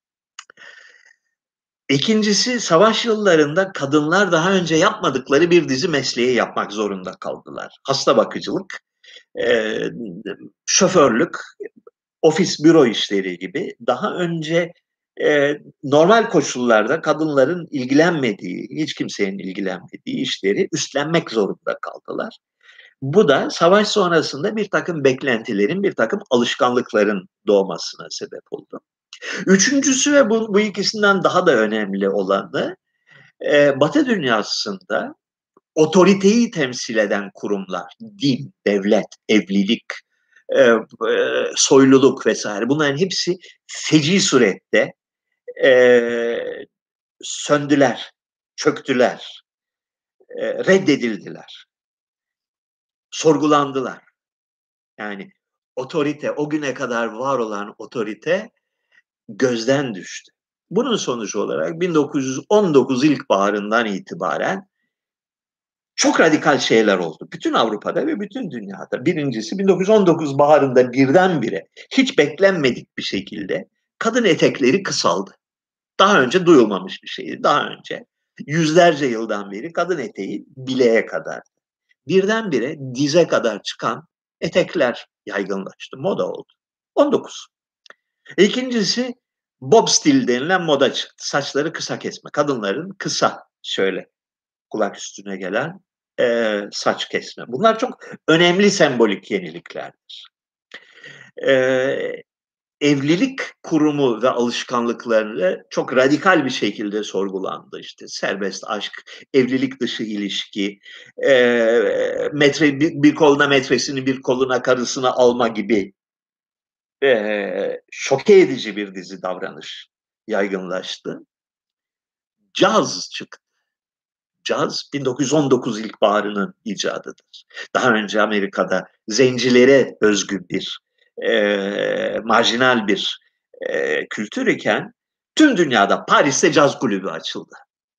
İkincisi, savaş yıllarında kadınlar daha önce yapmadıkları bir dizi mesleği yapmak zorunda kaldılar. Hasta bakıcılık, e, şoförlük, ofis büro işleri gibi daha önce e, normal koşullarda kadınların ilgilenmediği, hiç kimsenin ilgilenmediği işleri üstlenmek zorunda kaldılar. Bu da savaş sonrasında bir takım beklentilerin, bir takım alışkanlıkların doğmasına sebep oldu. Üçüncüsü ve bu, bu ikisinden daha da önemli olanı, e, Batı dünyasında otoriteyi temsil eden kurumlar, din, devlet, evlilik, e, e, soyluluk vesaire bunların hepsi feci surette e, söndüler, çöktüler, e, reddedildiler, sorgulandılar. Yani otorite, o güne kadar var olan otorite gözden düştü. Bunun sonucu olarak bin dokuz yüz on dokuz ilkbaharından itibaren çok radikal şeyler oldu. Bütün Avrupa'da ve bütün dünyada. Birincisi bin dokuz yüz on dokuz baharında birdenbire hiç beklenmedik bir şekilde kadın etekleri kısaldı. Daha önce duyulmamış bir şeydi. Daha önce yüzlerce yıldan beri kadın eteği bileğe kadar. Birdenbire dize kadar çıkan etekler yaygınlaştı. Moda oldu. on dokuz. İkincisi bob stil denilen moda çıktı. Saçları kısa kesme. Kadınların kısa şöyle kulak üstüne gelen e, saç kesme. Bunlar çok önemli sembolik yeniliklerdir. E, evlilik kurumu ve alışkanlıkları çok radikal bir şekilde sorgulandı. İşte serbest aşk, evlilik dışı ilişki, e, metre, bir, bir koluna metresini bir koluna karısını alma gibi e, şoke edici bir dizi davranış yaygınlaştı. Caz çıktı. Caz bin dokuz yüz on dokuz ilkbaharının icadıdır. Daha önce Amerika'da zencilere özgü bir e, marjinal bir e, kültür iken tüm dünyada Paris'te caz kulübü açıldı.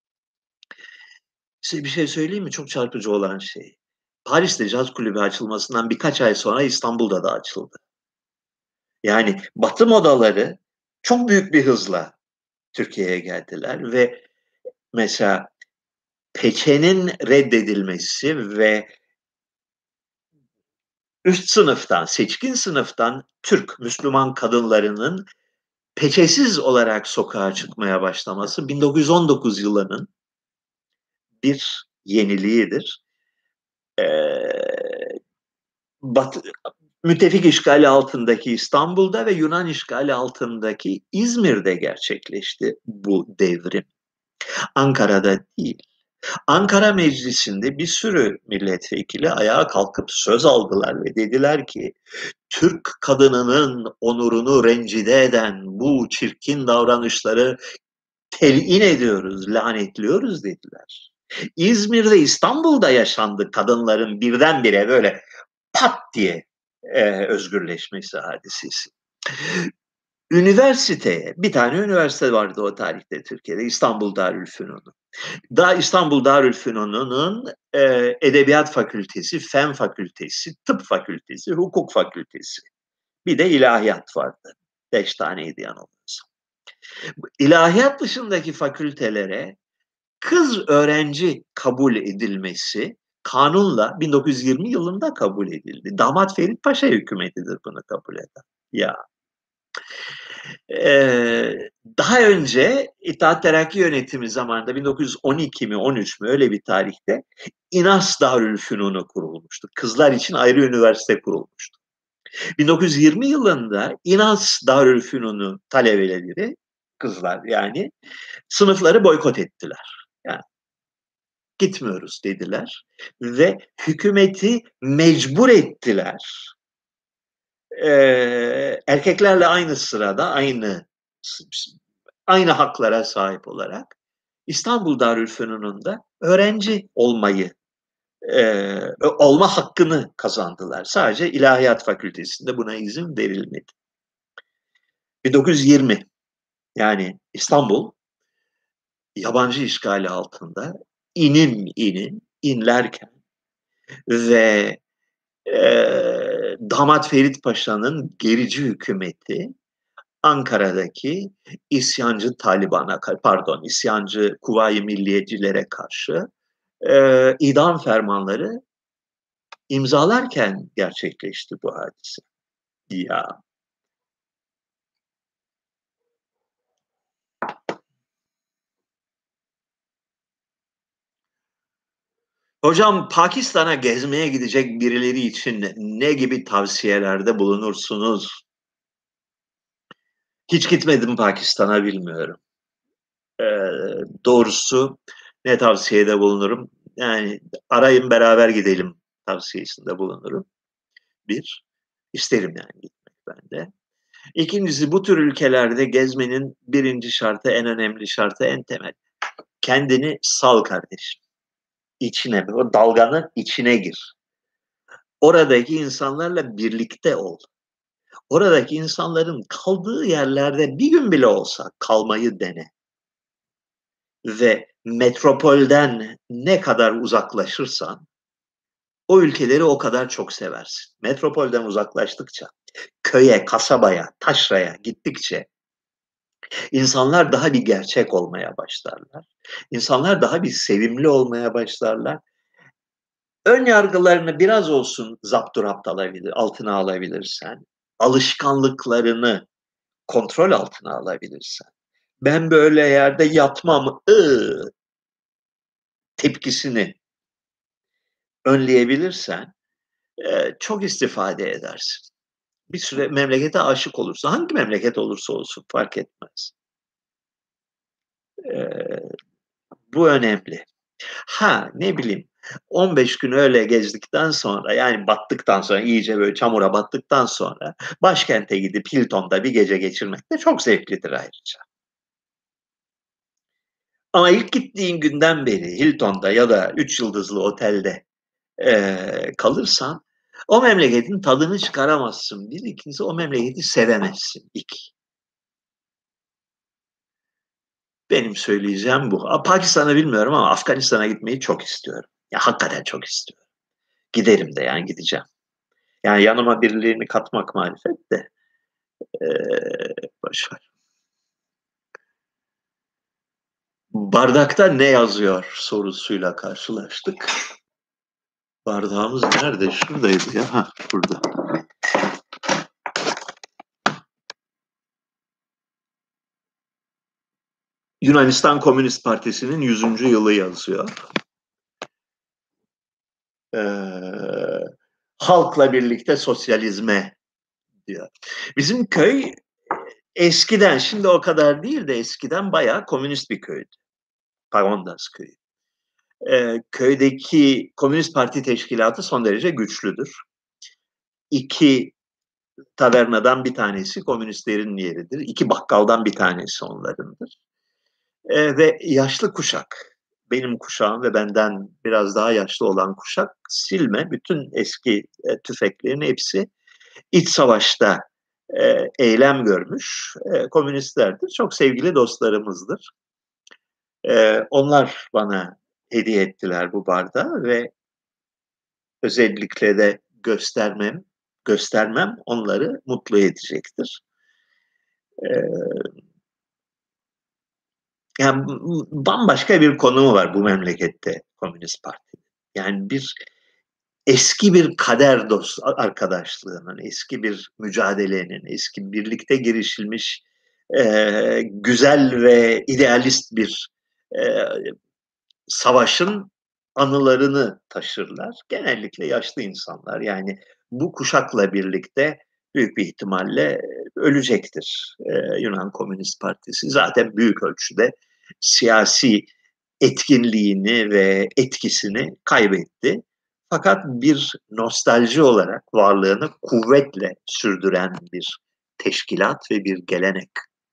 Size bir şey söyleyeyim mi? Çok çarpıcı olan şey. Paris'te caz kulübü açılmasından birkaç ay sonra İstanbul'da da açıldı. Yani Batı modaları çok büyük bir hızla Türkiye'ye geldiler ve mesela peçenin reddedilmesi ve üst sınıftan, seçkin sınıftan Türk Müslüman kadınlarının peçesiz olarak sokağa çıkmaya başlaması bin dokuz yüz on dokuz yılının bir yeniliğidir. Ee, Batı, müttefik işgali altındaki İstanbul'da ve Yunan işgali altındaki İzmir'de gerçekleşti bu devrim. Ankara'da değil. Ankara Meclisi'nde bir sürü milletvekili ayağa kalkıp söz aldılar ve dediler ki Türk kadınının onurunu rencide eden bu çirkin davranışları telin ediyoruz, lanetliyoruz dediler. İzmir'de, İstanbul'da yaşandı kadınların birdenbire böyle pat diye e, özgürleşmesi hadisesi. Üniversiteye, bir tane üniversite vardı o tarihte Türkiye'de, İstanbul Darülfünunu. Daha İstanbul Darülfünun'un e, Edebiyat Fakültesi, Fen Fakültesi, Tıp Fakültesi, Hukuk Fakültesi. Bir de ilahiyat vardı. Beş taneydi yanılmıyorsam. İlahiyat dışındaki fakültelere kız öğrenci kabul edilmesi kanunla bin dokuz yüz yirmi yılında kabul edildi. Damat Ferit Paşa hükümetidir bunu kabul eden. Ya. Ee, daha önce İttihat Terakki Yönetimi zamanında bin dokuz yüz on iki mi on üç mü öyle bir tarihte İnas Darülfünunu kurulmuştu. Kızlar için ayrı üniversite kurulmuştu. bin dokuz yüz yirmi yılında İnas Darülfünunu talebeleri, kızlar yani, sınıfları boykot ettiler. Yani gitmiyoruz dediler ve hükümeti mecbur ettiler. Ee, erkeklerle aynı sırada, aynı aynı haklara sahip olarak İstanbul Darülfünun'da öğrenci olmayı, e, olma hakkını kazandılar. Sadece İlahiyat Fakültesi'nde buna izin verilmedi. bin dokuz yüz yirmi, yani İstanbul yabancı işgali altında inim inim inlerken ve e, Damat Ferit Paşa'nın gerici hükümeti Ankara'daki isyancı Taliban'a, pardon isyancı Kuvayi Milliyecilere karşı e, idam fermanları imzalarken gerçekleşti bu hadise. Ya. Hocam, Pakistan'a gezmeye gidecek birileri için ne gibi tavsiyelerde bulunursunuz? Hiç gitmedim Pakistan'a, bilmiyorum. Ee, doğrusu ne tavsiyede bulunurum? Yani arayın beraber gidelim tavsiyesinde bulunurum. Bir, isterim yani gitmek ben de. İkincisi, bu tür ülkelerde gezmenin birinci şartı, en önemli şartı, en temel. Kendini sal kardeşim. İçine, o dalganın içine gir. Oradaki insanlarla birlikte ol. Oradaki insanların kaldığı yerlerde bir gün bile olsa kalmayı dene. Ve metropolden ne kadar uzaklaşırsan o ülkeleri o kadar çok seversin. Metropolden uzaklaştıkça, köye, kasabaya, taşraya gittikçe insanlar daha bir gerçek olmaya başlarlar. İnsanlar daha bir sevimli olmaya başlarlar. Ön yargılarını biraz olsun zapturapt alabilir, altına alabilirsen, alışkanlıklarını kontrol altına alabilirsen, ben böyle yerde yatmam ıı, tepkisini önleyebilirsen e, çok istifade edersin. Bir süre memlekete aşık olursun. Hangi memleket olursa olsun fark etmez. E, bu önemli. Ha, ne bileyim, on beş gün öyle gezdikten sonra, yani battıktan sonra, iyice böyle çamura battıktan sonra başkente gidip Hilton'da bir gece geçirmek de çok zevklidir ayrıca. Ama ilk gittiğin günden beri Hilton'da ya da üç yıldızlı otelde e, kalırsan o memleketin tadını çıkaramazsın. Bir, ikincisi o memleketi sevemezsin. İki. Benim söyleyeceğim bu. Pakistan'ı bilmiyorum ama Afganistan'a gitmeyi çok istiyorum. Ya hakikaten çok istiyorum. Giderim de, yani gideceğim. Yani yanıma birilerini katmak marifet de ee, boş ver. Bardakta ne yazıyor sorusuyla karşılaştık. Bardağımız nerede? Şuradaydı ya. Ha, burada. Yunanistan Komünist Partisi'nin yüzüncü yılı yazıyor. Ee, halkla birlikte sosyalizme diyor. Bizim köy eskiden, şimdi o kadar değil de eskiden bayağı komünist bir köydü. Pagondas köyü. Ee, köydeki Komünist Parti teşkilatı son derece güçlüdür. İki tavernadan bir tanesi komünistlerin yeridir. İki bakkaldan bir tanesi onlarındır. Ee, ve yaşlı kuşak, benim kuşağım ve benden biraz daha yaşlı olan kuşak silme, bütün eski e, tüfeklerin hepsi iç savaşta e, eylem görmüş e, komünistlerdir. Çok sevgili dostlarımızdır. E, onlar bana hediye ettiler bu bardağı ve özellikle de göstermem, göstermem onları mutlu edecektir. E, yani bambaşka bir konumu var bu memlekette Komünist Parti. Yani bir eski bir kader dost arkadaşlığının, eski bir mücadelenin, eski birlikte girişilmiş e, güzel ve idealist bir e, savaşın anılarını taşırlar. Genellikle yaşlı insanlar. Yani bu kuşakla birlikte büyük bir ihtimalle ölecektir e, Yunan Komünist Partisi. Zaten büyük ölçüde siyasi etkinliğini ve etkisini kaybetti. Fakat bir nostalji olarak varlığını kuvvetle sürdüren bir teşkilat ve bir gelenek.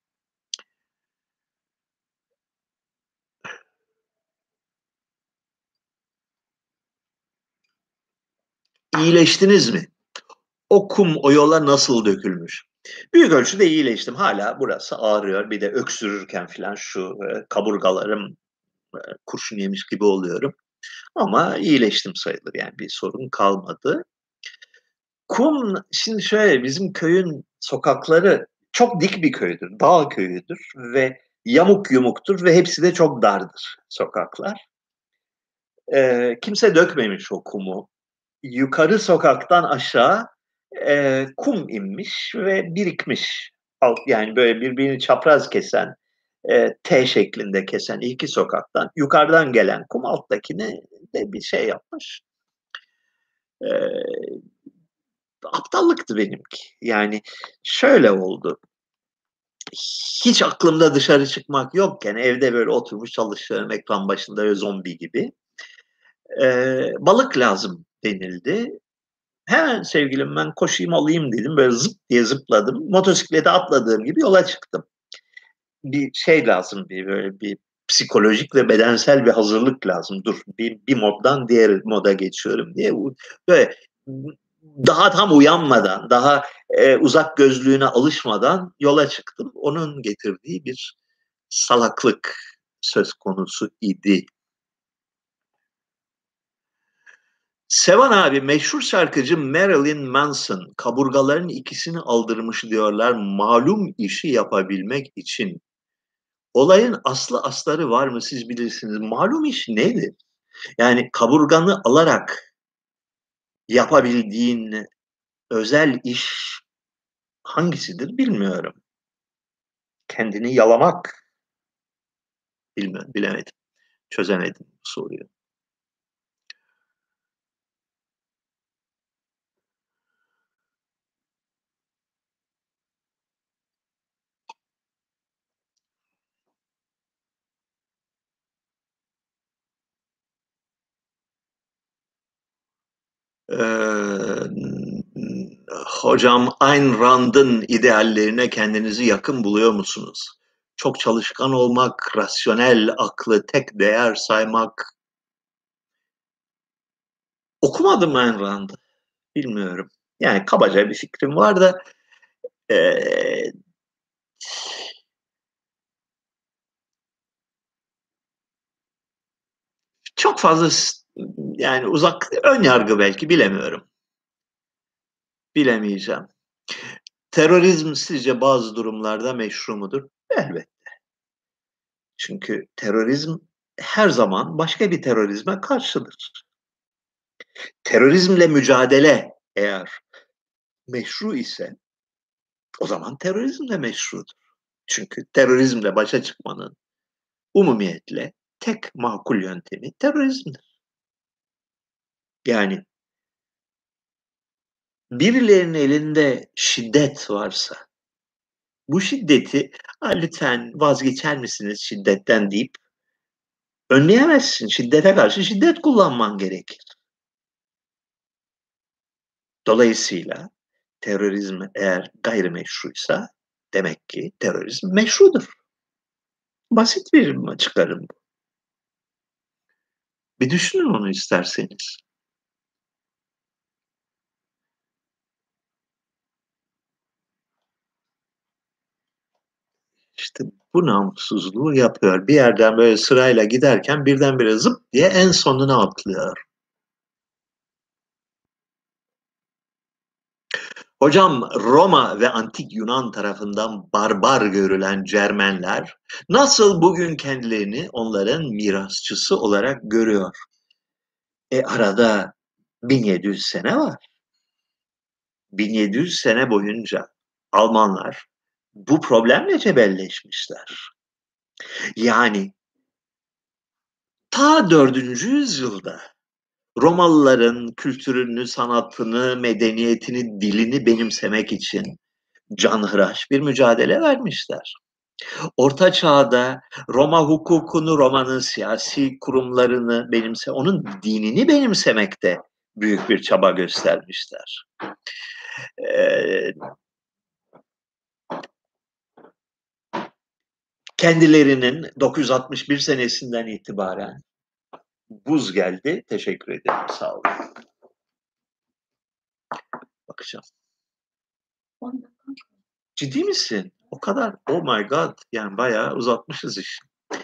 İyileştiniz mi? O kum o yola nasıl dökülmüş? Büyük ölçüde iyileştim. Hala burası ağrıyor. Bir de öksürürken falan şu e, kaburgalarım e, kurşun yemiş gibi oluyorum. Ama iyileştim sayılır. Yani bir sorun kalmadı. Kum, şimdi şöyle, bizim köyün sokakları çok dik bir köydür. Dağ köyüdür ve yamuk yumuktur ve hepsi de çok dardır sokaklar. E, kimse dökmemiş o kumu. Yukarı sokaktan aşağı e, kum inmiş ve birikmiş. Alt, yani böyle birbirini çapraz kesen, e, T şeklinde kesen iki sokaktan yukarıdan gelen kum alttakini de bir şey yapmış. E, aptallıktı benimki. Yani şöyle oldu. Hiç aklımda dışarı çıkmak yokken evde böyle oturmuş çalışıyorum ekran başında böyle zombi gibi. E, balık lazım denildi. Hemen sevgilim ben koşayım alayım dedim. Böyle zıp diye zıpladım. Motosiklete atladığım gibi yola çıktım. Bir şey lazım, bir böyle bir psikolojik ve bedensel bir hazırlık lazım. Dur bir, bir moddan diğer moda geçiyorum diye. Böyle daha tam uyanmadan, daha e, uzak gözlüğüne alışmadan yola çıktım. Onun getirdiği bir salaklık söz konusu idi. Sevan abi, meşhur şarkıcı Marilyn Manson kaburgaların ikisini aldırmış diyorlar malum işi yapabilmek için. Olayın aslı astarı var mı siz bilirsiniz. Malum iş nedir? Yani kaburganı alarak yapabildiğin özel iş hangisidir bilmiyorum. Kendini yalamak, bilmiyorum, bilemedim. Çözemedim bu soruyu. Ee, hocam Ayn Rand'ın ideallerine kendinizi yakın buluyor musunuz? Çok çalışkan olmak, rasyonel aklı tek değer saymak. Okumadım Ayn Rand'ı, bilmiyorum. Yani kabaca bir fikrim var da ee, çok fazla yani uzak ön yargı belki bilemiyorum. Bilemeyeceğim. Terörizm sizce bazı durumlarda meşru mudur? Elbette. Çünkü terörizm her zaman başka bir terörizme karşıdır. Terörizmle mücadele eğer meşru ise o zaman terörizm de meşrudur. Çünkü terörizmle başa çıkmanın umumiyetle tek makul yöntemi terörizmdir. Yani birilerinin elinde şiddet varsa bu şiddeti lütfen vazgeçer misiniz şiddetten deyip önleyemezsin. Şiddete karşı şiddet kullanman gerekir. Dolayısıyla terörizm eğer gayrimeşruysa demek ki terörizm meşrudur. Basit bir çıkarım bu. Bir düşünün onu isterseniz. İşte bu namussuzluğu yapıyor. Bir yerden böyle sırayla giderken birdenbire zıp diye en sonuna atlıyor. Hocam Roma ve Antik Yunan tarafından barbar görülen Cermenler nasıl bugün kendilerini onların mirasçısı olarak görüyor? E arada bin yedi yüz sene var. bin yedi yüz sene boyunca Almanlar bu problemle cebelleşmişler. Yani ta dördüncü yüzyılda Romalıların kültürünü, sanatını, medeniyetini, dilini benimsemek için canhıraş bir mücadele vermişler. Orta Çağ'da Roma hukukunu, Roma'nın siyasi kurumlarını benimse, onun dinini benimsemekte büyük bir çaba göstermişler. Ee, kendilerinin dokuz yüz altmış bir senesinden itibaren buz geldi. Teşekkür ederim. Sağ olun. Bakacağım. Ciddi misin? O kadar. Oh my God. Yani bayağı uzatmışız işi.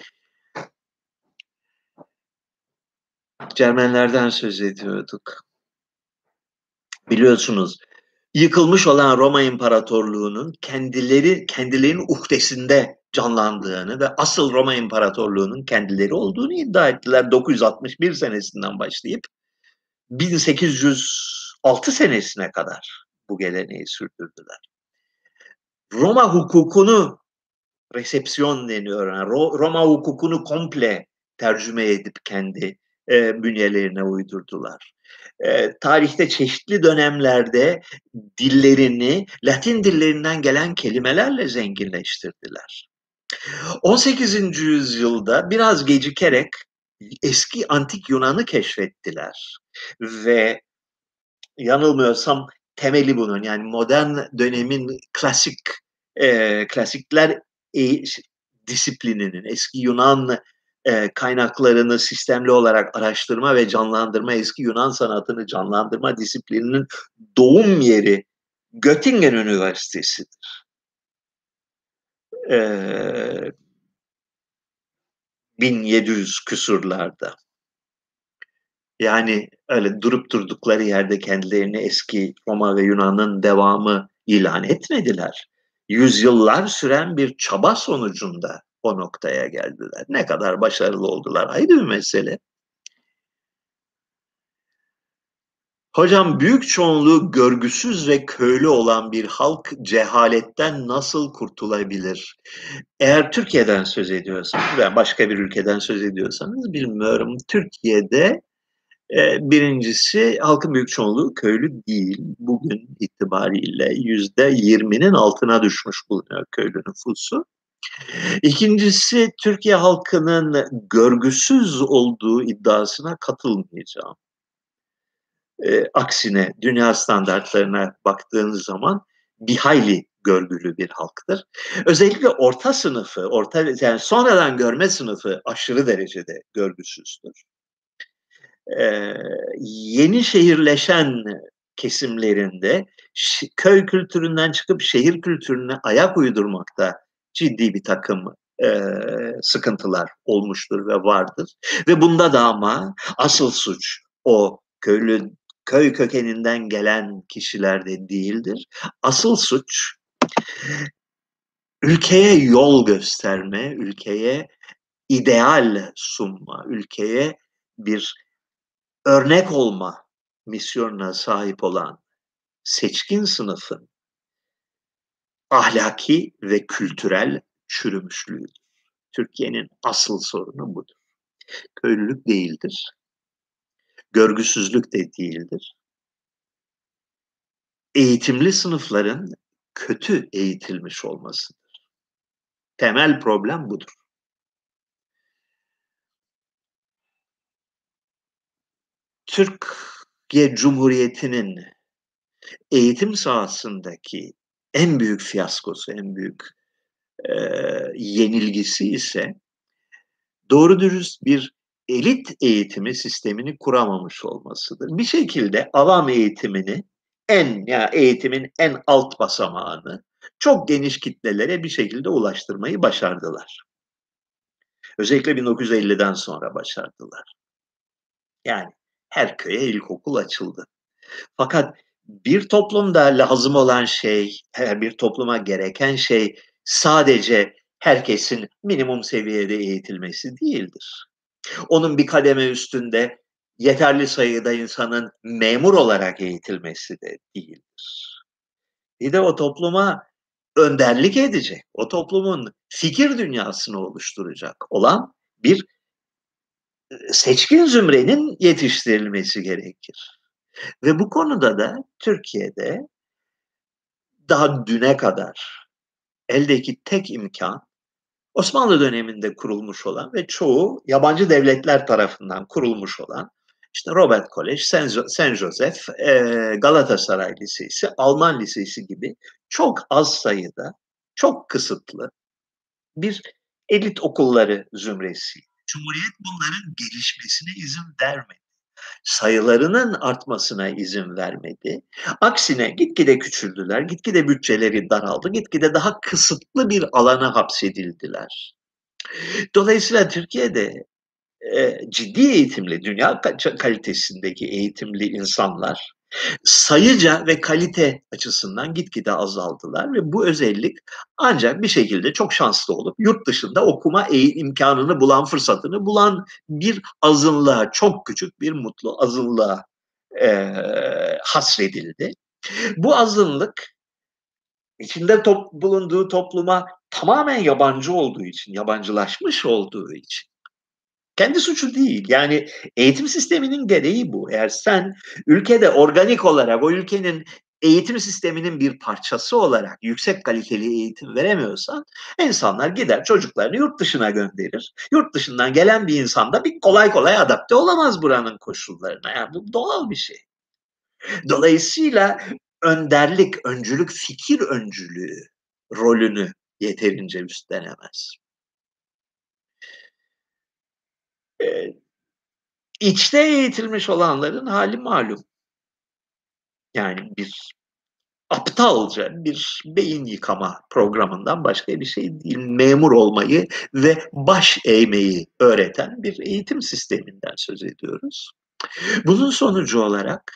Cermenlerden söz ediyorduk. Biliyorsunuz yıkılmış olan Roma İmparatorluğu'nun kendileri kendilerinin uhdesinde canlandığını ve asıl Roma İmparatorluğu'nun kendileri olduğunu iddia ettiler dokuz yüz altmış bir senesinden başlayıp bin sekiz yüz altı senesine kadar bu geleneği sürdürdüler. Roma hukukunu resepsiyon deniyor. Yani Roma hukukunu komple tercüme edip kendi e, bünyelerine uydurdular. E, tarihte çeşitli dönemlerde dillerini Latin dillerinden gelen kelimelerle zenginleştirdiler. on sekizinci yüzyılda biraz gecikerek eski antik Yunan'ı keşfettiler ve yanılmıyorsam temeli bunun yani modern dönemin klasik e, klasikler e, disiplininin eski Yunan e, kaynaklarını sistemli olarak araştırma ve canlandırma, eski Yunan sanatını canlandırma disiplininin doğum yeri Göttingen Üniversitesi'dir. E, bin yedi yüz küsurlarda. Yani öyle durup durdukları yerde kendilerini eski Roma ve Yunan'ın devamı ilan etmediler. Yüzyıllar süren bir çaba sonucunda o noktaya geldiler. Ne kadar başarılı oldular ayrı bir mesele. Hocam büyük çoğunluğu görgüsüz ve köylü olan bir halk cehaletten nasıl kurtulabilir? Eğer Türkiye'den söz ediyorsanız veya başka bir ülkeden söz ediyorsanız bilmiyorum. Türkiye'de e, birincisi halkın büyük çoğunluğu köylü değil. Bugün itibariyle yüzde yirminin altına düşmüş bulunuyor köylü nüfusu. İkincisi Türkiye halkının görgüsüz olduğu iddiasına katılmayacağım. E, aksine dünya standartlarına baktığınız zaman bir hayli görgülü bir halktır. Özellikle orta sınıfı, orta yani sonradan görme sınıfı aşırı derecede görgüsüzdür. Ee, yeni şehirleşen kesimlerinde köy kültüründen çıkıp şehir kültürüne ayak uydurmakta ciddi bir takım e, sıkıntılar olmuştur ve vardır. Ve bunda da ama asıl suç o köylü köy kökeninden gelen kişilerde değildir. Asıl suç ülkeye yol gösterme, ülkeye ideal sunma, ülkeye bir örnek olma misyonuna sahip olan seçkin sınıfın ahlaki ve kültürel çürümüşlüğüdür. Türkiye'nin asıl sorunu budur. Köylülük değildir. Görgüsüzlük de değildir. Eğitimli sınıfların kötü eğitilmiş olmasıdır. Temel problem budur. Türkiye Cumhuriyeti'nin eğitim sahasındaki en büyük fiyaskosu, en büyük e, yenilgisi ise doğru dürüst bir elit eğitimi sistemini kuramamış olmasıdır. Bir şekilde avam eğitimini en ya eğitimin en alt basamağını çok geniş kitlelere bir şekilde ulaştırmayı başardılar. Özellikle bin dokuz yüz elliden sonra başardılar. Yani her köye ilkokul açıldı. Fakat bir toplumda lazım olan şey, bir topluma gereken şey sadece herkesin minimum seviyede eğitilmesi değildir. Onun bir kademe üstünde yeterli sayıda insanın memur olarak eğitilmesi de değildir. Bir de o topluma önderlik edecek, o toplumun fikir dünyasını oluşturacak olan bir seçkin zümrenin yetiştirilmesi gerekir. Ve bu konuda da Türkiye'de daha düne kadar eldeki tek imkan Osmanlı döneminde kurulmuş olan ve çoğu yabancı devletler tarafından kurulmuş olan işte Robert College, Saint Joseph, Galatasaray Lisesi, Alman Lisesi gibi çok az sayıda, çok kısıtlı bir elit okulları zümresi. Cumhuriyet bunların gelişmesine izin vermedi. Sayılarının artmasına izin vermedi. Aksine gitgide küçüldüler, gitgide bütçeleri daraldı, gitgide daha kısıtlı bir alana hapsedildiler. Dolayısıyla Türkiye'de e, ciddi eğitimli, dünya kalitesindeki eğitimli insanlar sayıca ve kalite açısından gitgide azaldılar ve bu özellik ancak bir şekilde çok şanslı olup yurt dışında okuma imkanını bulan, fırsatını bulan bir azınlığa, çok küçük bir mutlu azınlığa e, hasredildi. Bu azınlık içinde top, bulunduğu topluma tamamen yabancı olduğu için, yabancılaşmış olduğu için kendi suçu değil. Yani eğitim sisteminin gereği bu. Eğer sen ülkede organik olarak o ülkenin eğitim sisteminin bir parçası olarak yüksek kaliteli eğitim veremiyorsan insanlar gider çocuklarını yurt dışına gönderir. Yurt dışından gelen bir insan da bir kolay kolay adapte olamaz buranın koşullarına. Yani bu doğal bir şey. Dolayısıyla önderlik, öncülük, fikir öncülüğü rolünü yeterince üstlenemez. Ee, içte eğitilmiş olanların hali malum. Yani bir aptalca bir beyin yıkama programından başka bir şey değil. Memur olmayı ve baş eğmeyi öğreten bir eğitim sisteminden söz ediyoruz. Bunun sonucu olarak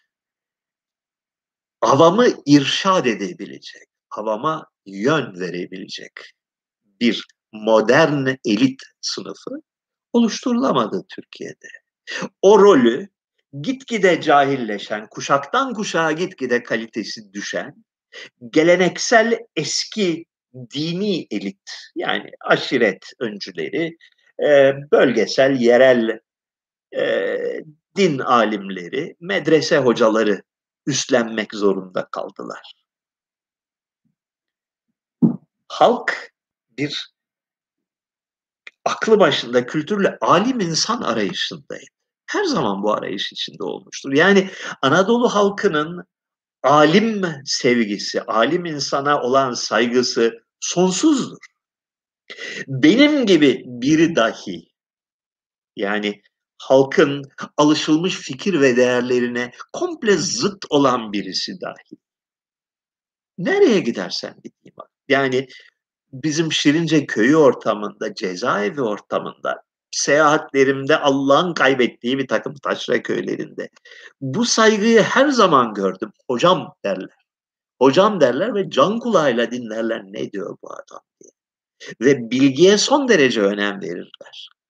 avamı irşad edebilecek, avama yön verebilecek bir modern elit sınıfı oluşturulamadı Türkiye'de. O rolü gitgide cahilleşen, kuşaktan kuşağa gitgide kalitesi düşen, geleneksel eski dini elit, yani aşiret öncüleri, bölgesel, yerel e, din alimleri, medrese hocaları üstlenmek zorunda kaldılar. Halk bir aklı başında kültürle alim insan arayışındaydı. Her zaman bu arayış içinde olmuştur. Yani Anadolu halkının alim sevgisi, alim insana olan saygısı sonsuzdur. Benim gibi biri dahi, yani halkın alışılmış fikir ve değerlerine komple zıt olan birisi dahi, nereye gidersen gideyim. Yani bizim Şirince köyü ortamında, cezaevi ortamında, seyahatlerimde Allah'ın kaybettiği bir takım taşra köylerinde bu saygıyı her zaman gördüm. Hocam derler. Hocam derler ve can kulağıyla dinlerler ne diyor bu adam diye. Ve bilgiye son derece önem verirler.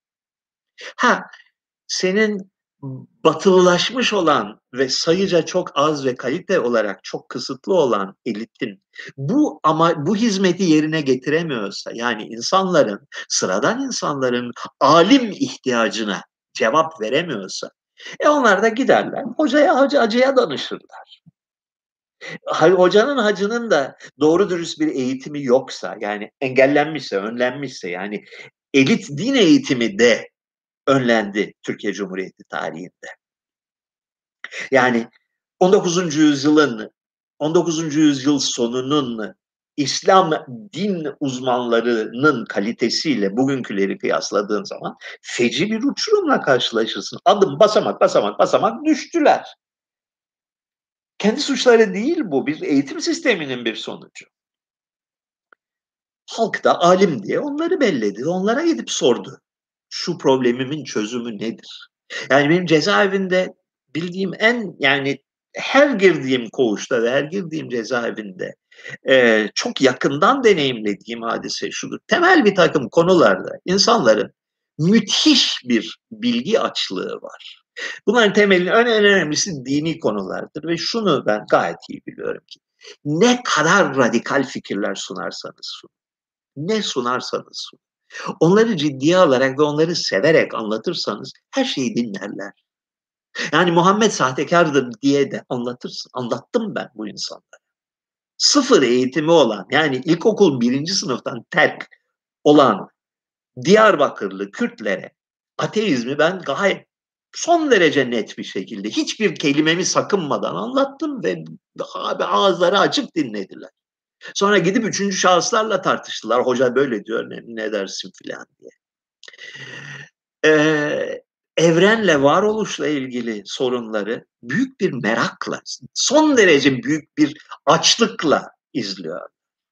Ha, senin batılılaşmış olan ve sayıca çok az ve kalite olarak çok kısıtlı olan elitin bu ama bu hizmeti yerine getiremiyorsa, yani insanların, sıradan insanların alim ihtiyacına cevap veremiyorsa, e onlar da giderler hocaya, hacı, hacıya danışırlar. Hocanın, hacının da doğru dürüst bir eğitimi yoksa, yani engellenmişse, önlenmişse, yani elit din eğitimi de önlendi Türkiye Cumhuriyeti tarihinde. Yani on dokuzuncu yüzyılın, on dokuzuncu yüzyıl sonunun İslam din uzmanlarının kalitesiyle bugünküleri kıyasladığın zaman feci bir uçurumla karşılaşırsın. Adım basamak basamak basamak düştüler. Kendi suçları değil bu, bir eğitim sisteminin bir sonucu. Halk da alim diye onları belledi, onlara gidip sordu. Şu problemimin çözümü nedir? Yani benim cezaevinde bildiğim en, yani her girdiğim koğuşta ve her girdiğim cezaevinde e, çok yakından deneyimlediğim hadise şudur. Temel bir takım konularda insanların müthiş bir bilgi açlığı var. Bunların temelinin en önemlisi dini konulardır ve şunu ben gayet iyi biliyorum ki ne kadar radikal fikirler sunarsanız sunun, ne sunarsanız sunun, onları ciddiye alarak ve onları severek anlatırsanız her şeyi dinlerler. Yani Muhammed sahtekardır diye de anlatırsın. Anlattım ben bu insanlara. Sıfır eğitimi olan, yani ilkokul birinci sınıftan terk olan Diyarbakırlı Kürtlere ateizmi ben gayet son derece net bir şekilde hiçbir kelimemi sakınmadan anlattım ve abi ağızları açık dinlediler. Sonra gidip üçüncü şahıslarla tartıştılar. Hoca böyle diyor, ne, ne dersin filan diye. Ee, evrenle, varoluşla ilgili sorunları büyük bir merakla, son derece büyük bir açlıkla izliyor.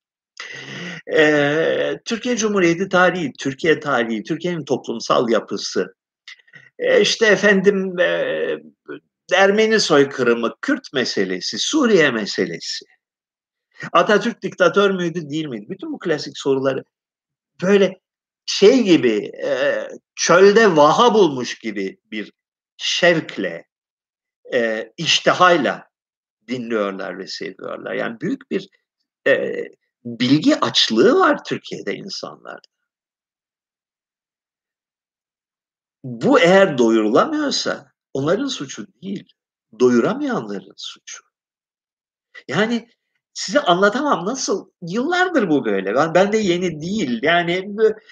Ee, Türkiye Cumhuriyeti tarihi, Türkiye tarihi, Türkiye'nin toplumsal yapısı, e işte efendim e, Ermeni soykırımı, Kürt meselesi, Suriye meselesi, Atatürk diktatör müydü değil miydi? Bütün bu klasik soruları böyle şey gibi, e, çölde vaha bulmuş gibi bir şevkle, e, iştihayla dinliyorlar ve seviyorlar. Yani büyük bir e, bilgi açlığı var Türkiye'de insanlarda. Bu eğer doyurulamıyorsa onların suçu değil, doyuramayanların suçu. Yani size anlatamam nasıl, yıllardır bu böyle. Ben, ben de yeni değil. Yani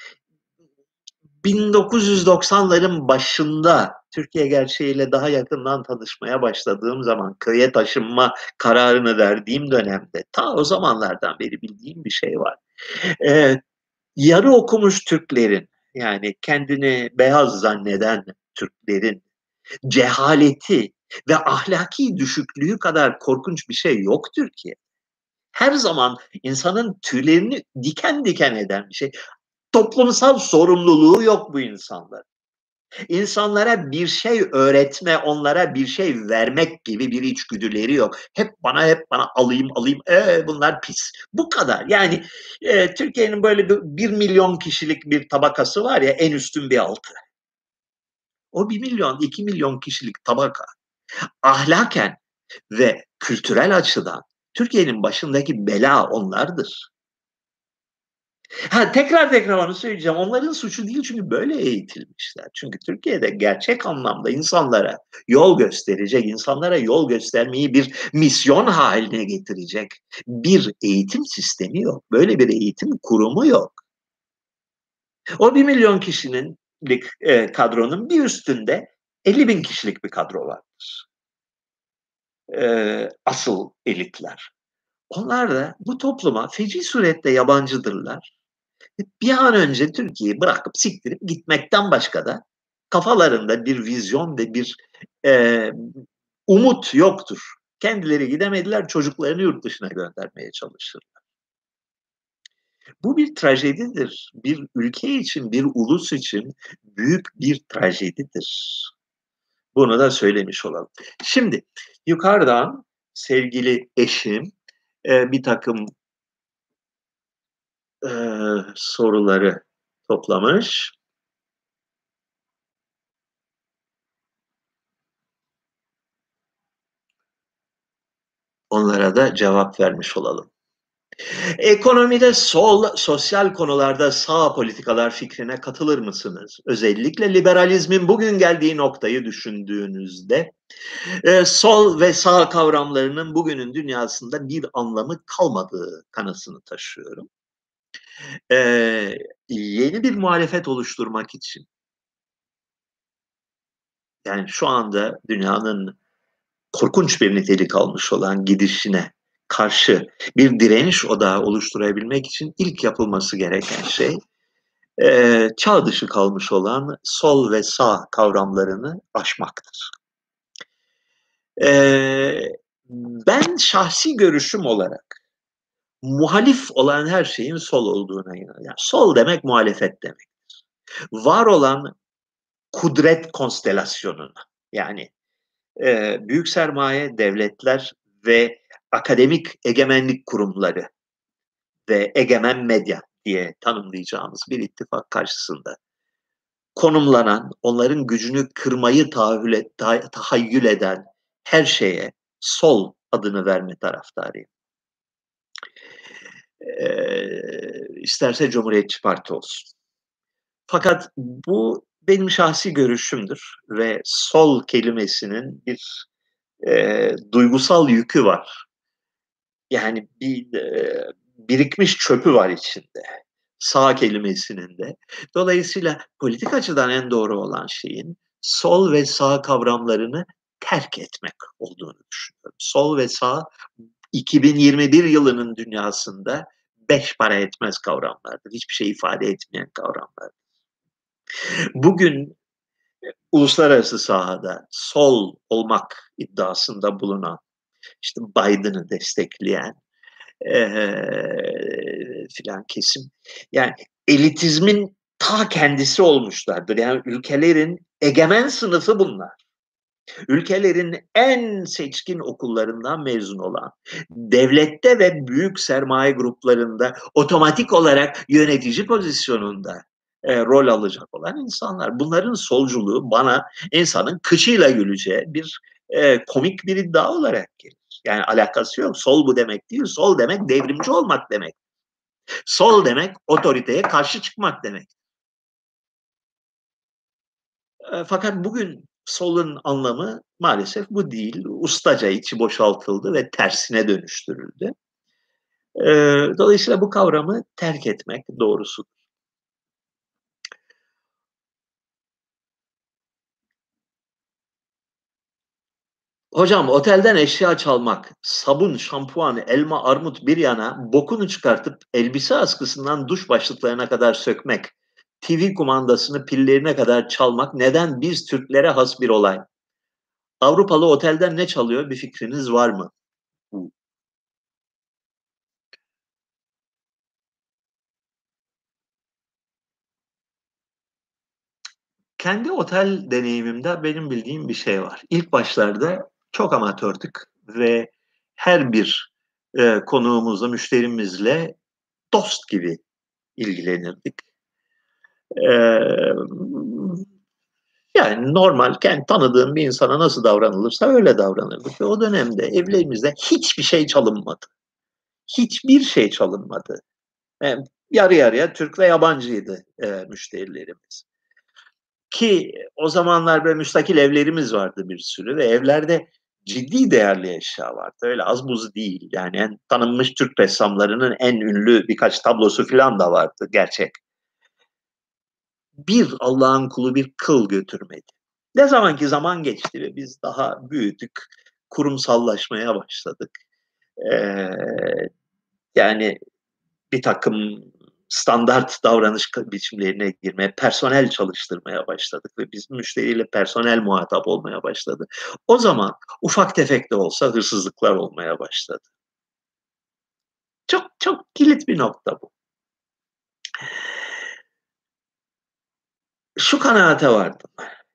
bin dokuz yüz doksanların başında Türkiye gerçeğiyle daha yakından tanışmaya başladığım zaman, köye taşınma kararını verdiğim dönemde, ta o zamanlardan beri bildiğim bir şey var. Ee, yarı okumuş Türklerin, yani kendini beyaz zanneden Türklerin cehaleti ve ahlaki düşüklüğü kadar korkunç bir şey yok Türkiye. Her zaman insanın tüylerini diken diken eden bir şey. Toplumsal sorumluluğu yok bu insanlar. İnsanlara bir şey öğretme, onlara bir şey vermek gibi bir içgüdüleri yok. Hep bana, hep bana alayım, alayım, ee, bunlar pis. Bu kadar. Yani e, Türkiye'nin böyle bir, bir milyon kişilik bir tabakası var ya, en üstün bir altı. O bir milyon, iki milyon kişilik tabaka ahlaken ve kültürel açıdan Türkiye'nin başındaki bela onlardır. Ha, tekrar tekrar onu söyleyeceğim. Onların suçu değil, çünkü böyle eğitilmişler. Çünkü Türkiye'de gerçek anlamda insanlara yol gösterecek, insanlara yol göstermeyi bir misyon haline getirecek bir eğitim sistemi yok. Böyle bir eğitim kurumu yok. O bir milyon kişinin e, kadronun bir üstünde elli bin kişilik bir kadro vardır. E, asıl elitler. Onlar da bu topluma feci surette yabancıdırlar. Bir an önce Türkiye'yi bırakıp siktirip gitmekten başka da kafalarında bir vizyon ve bir e, umut yoktur. Kendileri gidemediler, çocuklarını yurt dışına göndermeye çalışırlar. Bu bir trajedidir. Bir ülke için, bir ulus için büyük bir trajedidir. Bunu da söylemiş olalım. Şimdi yukarıdan sevgili eşim e, bir takım e, soruları toplamış. onlara da cevap vermiş olalım. Ekonomide sol, sosyal konularda sağ politikalar fikrine katılır mısınız? Özellikle liberalizmin bugün geldiği noktayı düşündüğünüzde e, sol ve sağ kavramlarının bugünün dünyasında bir anlamı kalmadığı kanısını taşıyorum. E, yeni bir muhalefet oluşturmak için, yani şu anda dünyanın korkunç bir nitelik almış olan gidişine karşı bir direniş odağı oluşturabilmek için ilk yapılması gereken şey e, çağ dışı kalmış olan sol ve sağ kavramlarını aşmaktır. E, ben şahsi görüşüm olarak muhalif olan her şeyin sol olduğuna inanıyorum. Yani sol demek muhalefet demek. Var olan kudret konstelasyonuna, yani e, büyük sermaye, devletler ve akademik egemenlik kurumları ve egemen medya diye tanımlayacağımız bir ittifak karşısında konumlanan, onların gücünü kırmayı tahayyül, et, tahayyül eden her şeye sol adını verme taraftarıyım. Ee, isterse Cumhuriyetçi Parti olsun. Fakat bu benim şahsi görüşümdür ve sol kelimesinin bir e, duygusal yükü var. Yani bir e, birikmiş çöpü var içinde. Sağ kelimesinin de. Dolayısıyla politik açıdan en doğru olan şeyin sol ve sağ kavramlarını terk etmek olduğunu düşünüyorum. Sol ve sağ iki bin yirmi bir yılının dünyasında beş para etmez kavramlardır. Hiçbir şey ifade etmeyen kavramlar. Bugün uluslararası sahada sol olmak iddiasında bulunan, işte Biden'ı destekleyen ee, filan kesim. Yani elitizmin ta kendisi olmuşlardır. Yani ülkelerin egemen sınıfı bunlar. Ülkelerin en seçkin okullarından mezun olan, devlette ve büyük sermaye gruplarında otomatik olarak yönetici pozisyonunda e, rol alacak olan insanlar. Bunların solculuğu bana insanın kıçıyla güleceği bir e, komik bir iddia olarak gelir. Yani alakası yok. Sol bu demek değil. Sol demek devrimci olmak demek. Sol demek otoriteye karşı çıkmak demek. E, fakat bugün solun anlamı maalesef bu değil. Ustaca içi boşaltıldı ve tersine dönüştürüldü. E, dolayısıyla bu kavramı terk etmek doğrusu. Hocam otelden eşya çalmak, sabun, şampuan, elma, armut bir yana bokunu çıkartıp elbise askısından duş başlıklarına kadar sökmek, T V kumandasını pillerine kadar çalmak neden biz Türklere has bir olay? Avrupalı otelden ne çalıyor bir fikriniz var mı? Kendi otel deneyimimde benim bildiğim bir şey var. İlk başlarda çok amatördük ve her bir e, konuğumuzla, müşterimizle dost gibi ilgilenirdik. Ee, yani normal kendi tanıdığım bir insana nasıl davranılırsa öyle davranırdık. Ve o dönemde evlerimizde hiçbir şey çalınmadı. Hiçbir şey çalınmadı. Yani yarı yarıya Türk ve yabancıydı e, müşterilerimiz. Ki o zamanlar böyle müstakil evlerimiz vardı bir sürü ve evlerde ciddi değerli eşya vardı. Öyle az buz değil. Yani en tanınmış Türk ressamlarının en ünlü birkaç tablosu falan da vardı gerçek. Bir Allah'ın kulu bir kıl götürmedi. Ne zamanki zaman geçti ve biz daha büyüdük, kurumsallaşmaya başladık. Ee, yani bir takım standart davranış biçimlerine girmeye, personel çalıştırmaya başladık ve biz müşteriyle personel muhatap olmaya başladı. O zaman ufak tefek de olsa hırsızlıklar olmaya başladı. Çok çok kilit bir nokta bu. Şu kanaate vardım.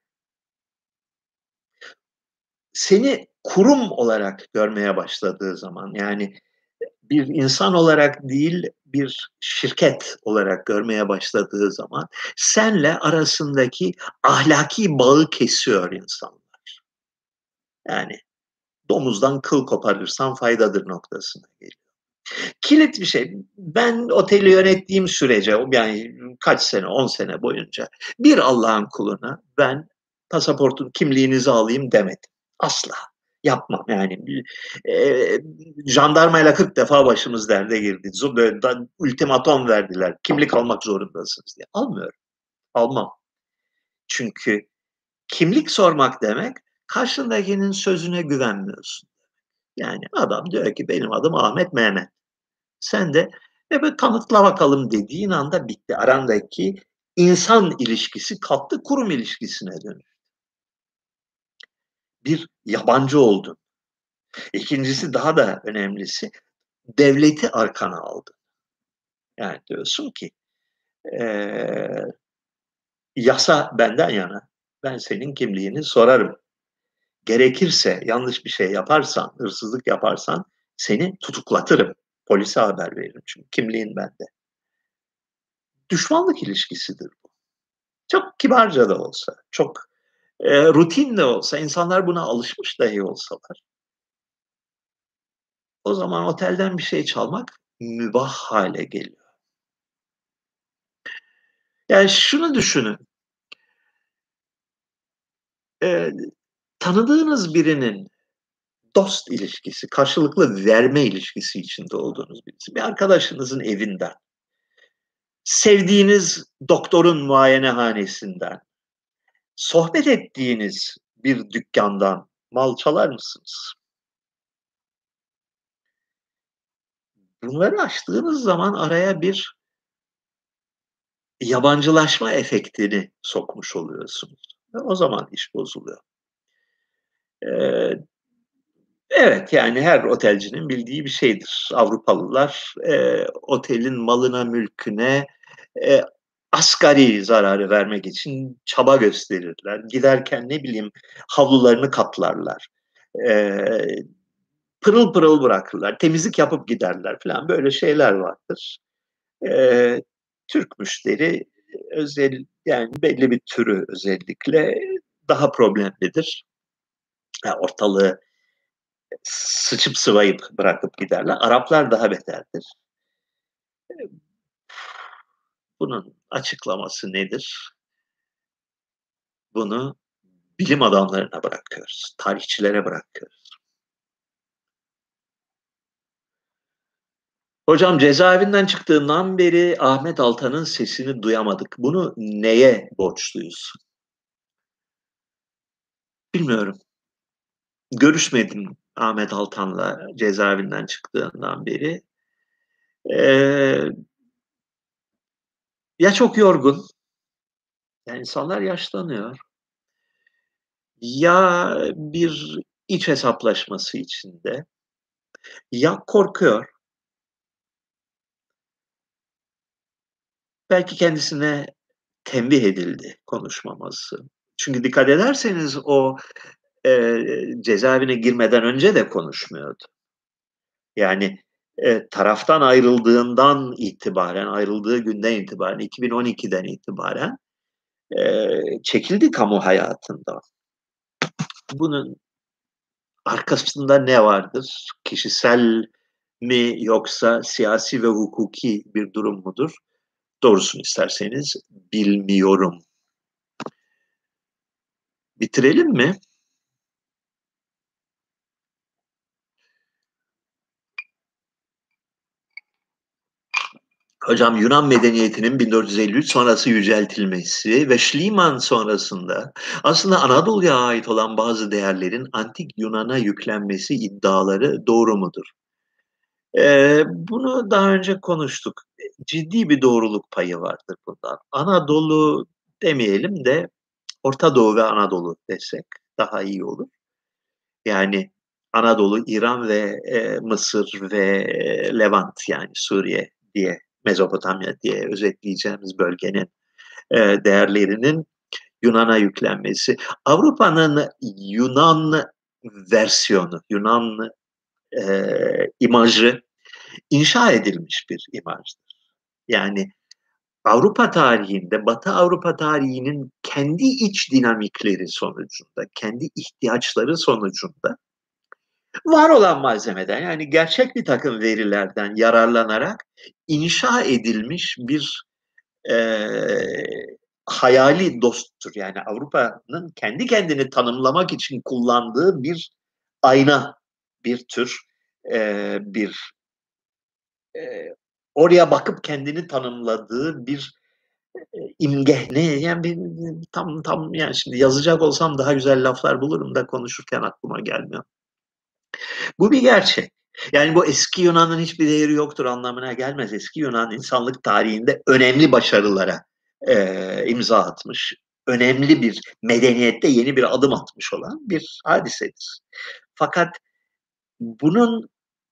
Seni kurum olarak görmeye başladığı zaman, yani bir insan olarak değil bir şirket olarak görmeye başladığı zaman senle arasındaki ahlaki bağı kesiyor insanlar. Yani domuzdan kıl koparırsan faydadır noktasına geliyor. Kilit bir şey. Ben oteli yönettiğim sürece, yani kaç sene, on sene boyunca bir Allah'ın kuluna ben pasaportun kimliğinizi alayım demedim. Asla. Yapmam yani. E, jandarmayla kırk defa başımız derde girdi. Böyle ultimatom verdiler. Kimlik almak zorundasınız diye. Almıyorum. Almam. Çünkü kimlik sormak demek karşındakinin sözüne güvenmiyorsun. Yani adam diyor ki benim adım Ahmet Mehmet. Sen de evet kanıtla bakalım dediğin anda bitti. Arandaki insan ilişkisi kalktı kurum ilişkisine dönüyor. Bir yabancı oldun. İkincisi daha da önemlisi devleti arkana aldın. Yani diyorsun ki ee, yasa benden yana. Ben senin kimliğini sorarım. Gerekirse yanlış bir şey yaparsan, hırsızlık yaparsan seni tutuklatırım. Polise haber veririm çünkü kimliğin bende. Düşmanlık ilişkisidir bu. Çok kibarca da olsa, çok e, rutin de olsa, insanlar buna alışmış dahi olsalar, o zaman otelden bir şey çalmak mübah hale geliyor. Yani şunu düşünün, e, tanıdığınız birinin dost ilişkisi, karşılıklı verme ilişkisi içinde olduğunuz birisi, bir arkadaşınızın evinden, sevdiğiniz doktorun muayenehanesinden, sohbet ettiğiniz bir dükkandan mal çalar mısınız? Bunları aştığınız zaman araya bir yabancılaşma efektini sokmuş oluyorsunuz. Ve o zaman iş bozuluyor. Ee, evet yani her otelcinin bildiği bir şeydir. Avrupalılar e, otelin malına, mülküne e, asgari zararı vermek için çaba gösterirler. Giderken ne bileyim havlularını katlarlar. E, pırıl pırıl bırakırlar. Temizlik yapıp giderler falan böyle şeyler vardır. E, Türk müşteri özel yani belli bir türü özellikle daha problemlidir. Yani ortalığı sıçıp sıvayıp bırakıp giderler. Araplar daha beterdir. Bunun açıklaması nedir? Bunu bilim adamlarına bırakıyoruz, tarihçilere bırakıyoruz. Hocam cezaevinden çıktığından beri Ahmet Altan'ın sesini duyamadık. Bunu neye borçluyuz? Bilmiyorum. Görüşmedim Ahmet Altan'la cezaevinden çıktığından beri. Ee, ya çok yorgun, yani insanlar yaşlanıyor, ya bir iç hesaplaşması içinde, ya korkuyor, belki kendisine tembih edildi konuşmaması. Çünkü dikkat ederseniz o e, cezaevine girmeden önce de konuşmuyordu. Yani e, taraftan ayrıldığından itibaren, ayrıldığı günden itibaren, iki bin on ikiden itibaren e, çekildi kamu hayatında. Bunun arkasında ne vardır? Kişisel mi yoksa siyasi ve hukuki bir durum mudur? Doğrusunu isterseniz bilmiyorum. Bitirelim mi? Hocam Yunan medeniyetinin bin dört yüz elli üç sonrası yüceltilmesi ve Schliemann sonrasında aslında Anadolu'ya ait olan bazı değerlerin antik Yunan'a yüklenmesi iddiaları doğru mudur? Ee, bunu daha önce konuştuk. Ciddi bir doğruluk payı vardır bundan. Anadolu demeyelim de Orta Doğu ve Anadolu desek daha iyi olur. Yani Anadolu, İran ve e, Mısır ve e, Levant yani Suriye diye, Mezopotamya diye özetleyeceğimiz bölgenin e, değerlerinin Yunan'a yüklenmesi. Avrupa'nın Yunan versiyonu, Yunan e, imajı inşa edilmiş bir imajdır. Yani Avrupa tarihinde, Batı Avrupa tarihinin kendi iç dinamikleri sonucunda, kendi ihtiyaçları sonucunda Var olan malzemeden, yani gerçek bir takım verilerden yararlanarak inşa edilmiş bir eee, hayali dosttur. Yani Avrupa'nın kendi kendini tanımlamak için kullandığı bir ayna, bir tür eee, bir eee, oraya bakıp kendini tanımladığı bir eee, imge. Ne yani bir, tam tam yani şimdi yazacak olsam daha güzel laflar bulurum da konuşurken aklıma gelmiyor. Bu bir gerçek. Yani bu eski Yunan'ın hiçbir değeri yoktur anlamına gelmez. Eski Yunan insanlık tarihinde önemli başarılara e, imza atmış, önemli bir medeniyette yeni bir adım atmış olan bir hadisedir. Fakat bunun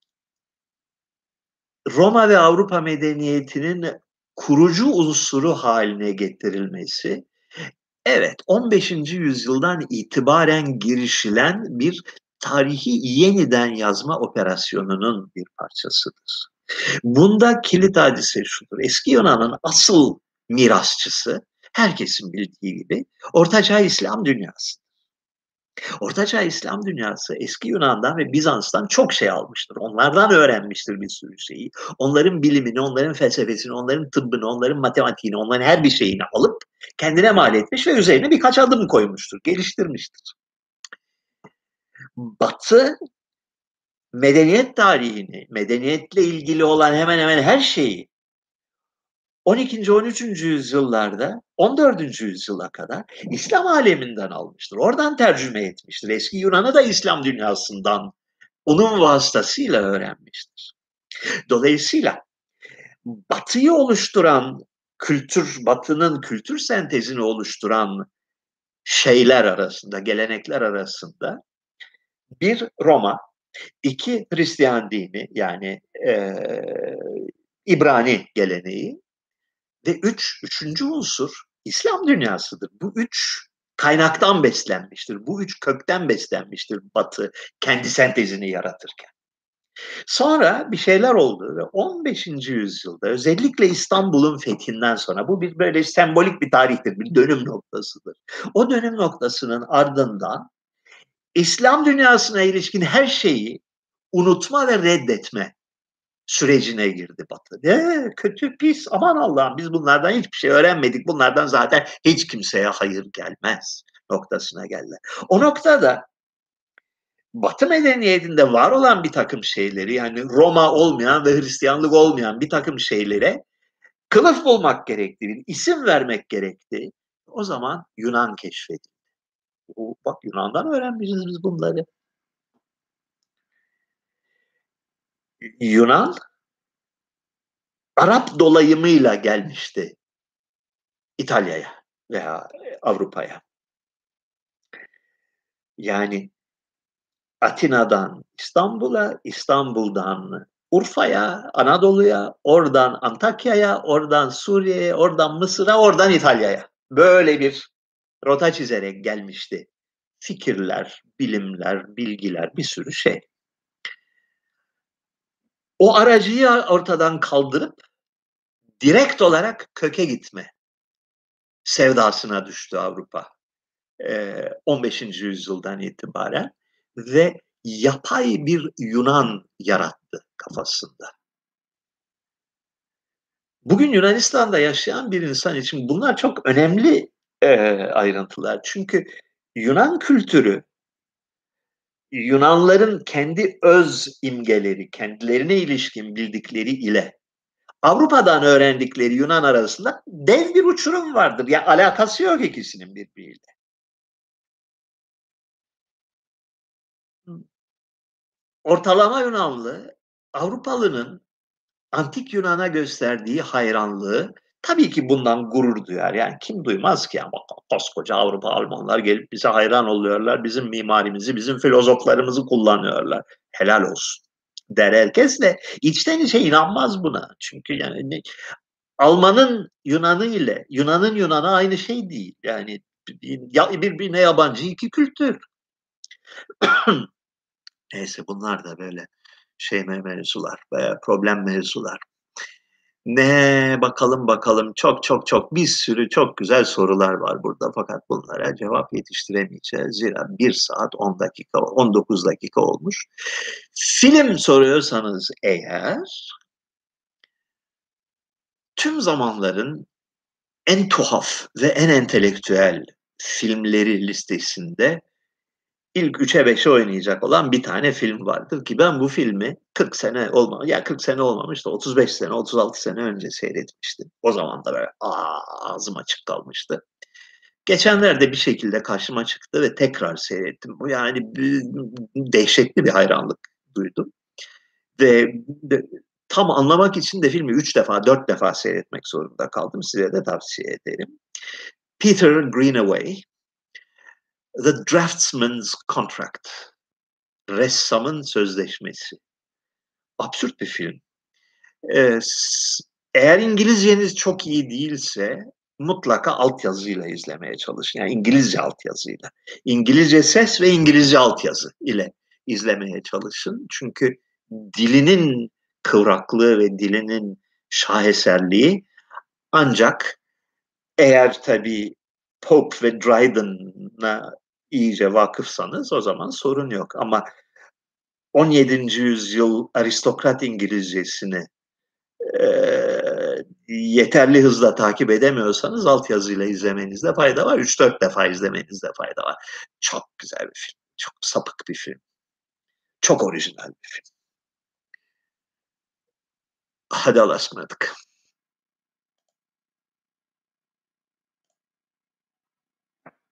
Roma ve Avrupa medeniyetinin kurucu unsuru haline getirilmesi, evet, on beşinci yüzyıldan itibaren girişilen bir tarihi yeniden yazma operasyonunun bir parçasıdır. Bunda kilit hadise şudur: eski Yunan'ın asıl mirasçısı, herkesin bildiği gibi, Ortaçağ İslam dünyası. Ortaçağ İslam dünyası eski Yunan'dan ve Bizans'tan çok şey almıştır. Onlardan öğrenmiştir bir sürü şeyi. Onların bilimini, onların felsefesini, onların tıbbını, onların matematiğini, onların her bir şeyini alıp kendine mal etmiş ve üzerine birkaç adım koymuştur, geliştirmiştir. Batı medeniyet tarihini, medeniyetle ilgili olan hemen hemen her şeyi on ikinci on üçüncü yüzyıllarda on dördüncü yüzyıla kadar İslam aleminden almıştır. Oradan tercüme etmiştir. Eski Yunan'ı da İslam dünyasından onun vasıtasıyla öğrenmiştir. Dolayısıyla Batı'yı oluşturan kültür, Batı'nın kültür sentezini oluşturan şeyler arasında, gelenekler arasında bir Roma, iki Hristiyan dini yani e, İbrani geleneği ve üç, üçüncü unsur İslam dünyasıdır. Bu üç kaynaktan beslenmiştir. Bu üç kökten beslenmiştir Batı kendi sentezini yaratırken. Sonra bir şeyler oldu ve on beşinci yüzyılda özellikle İstanbul'un fethinden sonra, bu bir böyle sembolik bir tarihtir, bir dönüm noktasıdır. O dönüm noktasının ardından İslam dünyasına ilişkin her şeyi unutma ve reddetme sürecine girdi Batı. Ne kötü, pis, aman Allah'ım biz bunlardan hiçbir şey öğrenmedik. Bunlardan zaten hiç kimseye hayır gelmez noktasına geldiler. O noktada Batı medeniyetinde var olan bir takım şeyleri, yani Roma olmayan ve Hristiyanlık olmayan bir takım şeylere kılıf bulmak gerekti, bir isim vermek gerekti. O zaman Yunan keşfedildi. O, bak Yunan'dan öğrenmişiz biz bunları. Yunan Arap dolayımıyla gelmişti İtalya'ya veya Avrupa'ya. Yani Atina'dan İstanbul'a, İstanbul'dan Urfa'ya, Anadolu'ya, oradan Antakya'ya, oradan Suriye'ye, oradan Mısır'a, oradan İtalya'ya. Böyle bir rota çizerek gelmişti. Fikirler, bilimler, bilgiler, bir sürü şey. O aracıyı ortadan kaldırıp direkt olarak köke gitme sevdasına düştü Avrupa on beşinci yüzyıldan itibaren ve yapay bir Yunan yarattı kafasında. Bugün Yunanistan'da yaşayan bir insan için bunlar çok önemli e, ayrıntılar. Çünkü Yunan kültürü, Yunanların kendi öz imgeleri, kendilerine ilişkin bildikleri ile Avrupa'dan öğrendikleri Yunan arasında dev bir uçurum vardır. Ya alakası yok ikisinin birbiriyle. Ortalama Yunanlı, Avrupalı'nın antik Yunan'a gösterdiği hayranlığı tabii ki bundan gurur duyar. Yani kim duymaz ki, ama koskoca Avrupa Almanlar gelip bize hayran oluyorlar. Bizim mimarimizi, bizim filozoflarımızı kullanıyorlar. Helal olsun der herkes de içten içe inanmaz buna. Çünkü yani ne, Alman'ın Yunan'ı ile Yunan'ın Yunan'ı aynı şey değil. Yani birbirine yabancı iki kültür. Neyse bunlar da böyle şey mevzular, problem mevzular. Ne? Bakalım, bakalım. Çok, çok, çok bir sürü çok güzel sorular var burada fakat bunlara cevap yetiştiremeyeceğiz. Zira bir saat on dakika, on dokuz dakika olmuş. Film soruyorsanız eğer tüm zamanların en tuhaf ve en entelektüel filmleri listesinde ilk üçe beşe oynayacak olan bir tane film vardır ki ben bu filmi kırk sene olma ya kırk sene olmamış da otuz beş sene, otuz altı sene önce seyretmiştim. O zaman da böyle ağzım açık kalmıştı. Geçenlerde bir şekilde karşıma çıktı ve tekrar seyrettim. Bu yani bir, dehşetli bir hayranlık duydum. Ve de, tam anlamak için de filmi üç defa, dört defa seyretmek zorunda kaldım. Size de tavsiye ederim. Peter Greenaway, The Draftsman's Contract. Ressamın Sözleşmesi. Absürt bir film. Ee, eğer İngilizceniz çok iyi değilse mutlaka altyazıyla izlemeye çalışın. Yani İngilizce altyazıyla. İngilizce ses ve İngilizce altyazı ile izlemeye çalışın. Çünkü dilinin kıvraklığı ve dilinin şaheserliği ancak eğer tabii Pope ve Dryden'a iyice vakıfsanız o zaman sorun yok. Ama on yedinci yüzyıl aristokrat İngilizcesini e, yeterli hızla takip edemiyorsanız altyazıyla izlemenizde fayda var. üç dört defa izlemenizde fayda var. Çok güzel bir film. Çok sapık bir film. Çok orijinal bir film. Hadi Allah'a ısmarladık.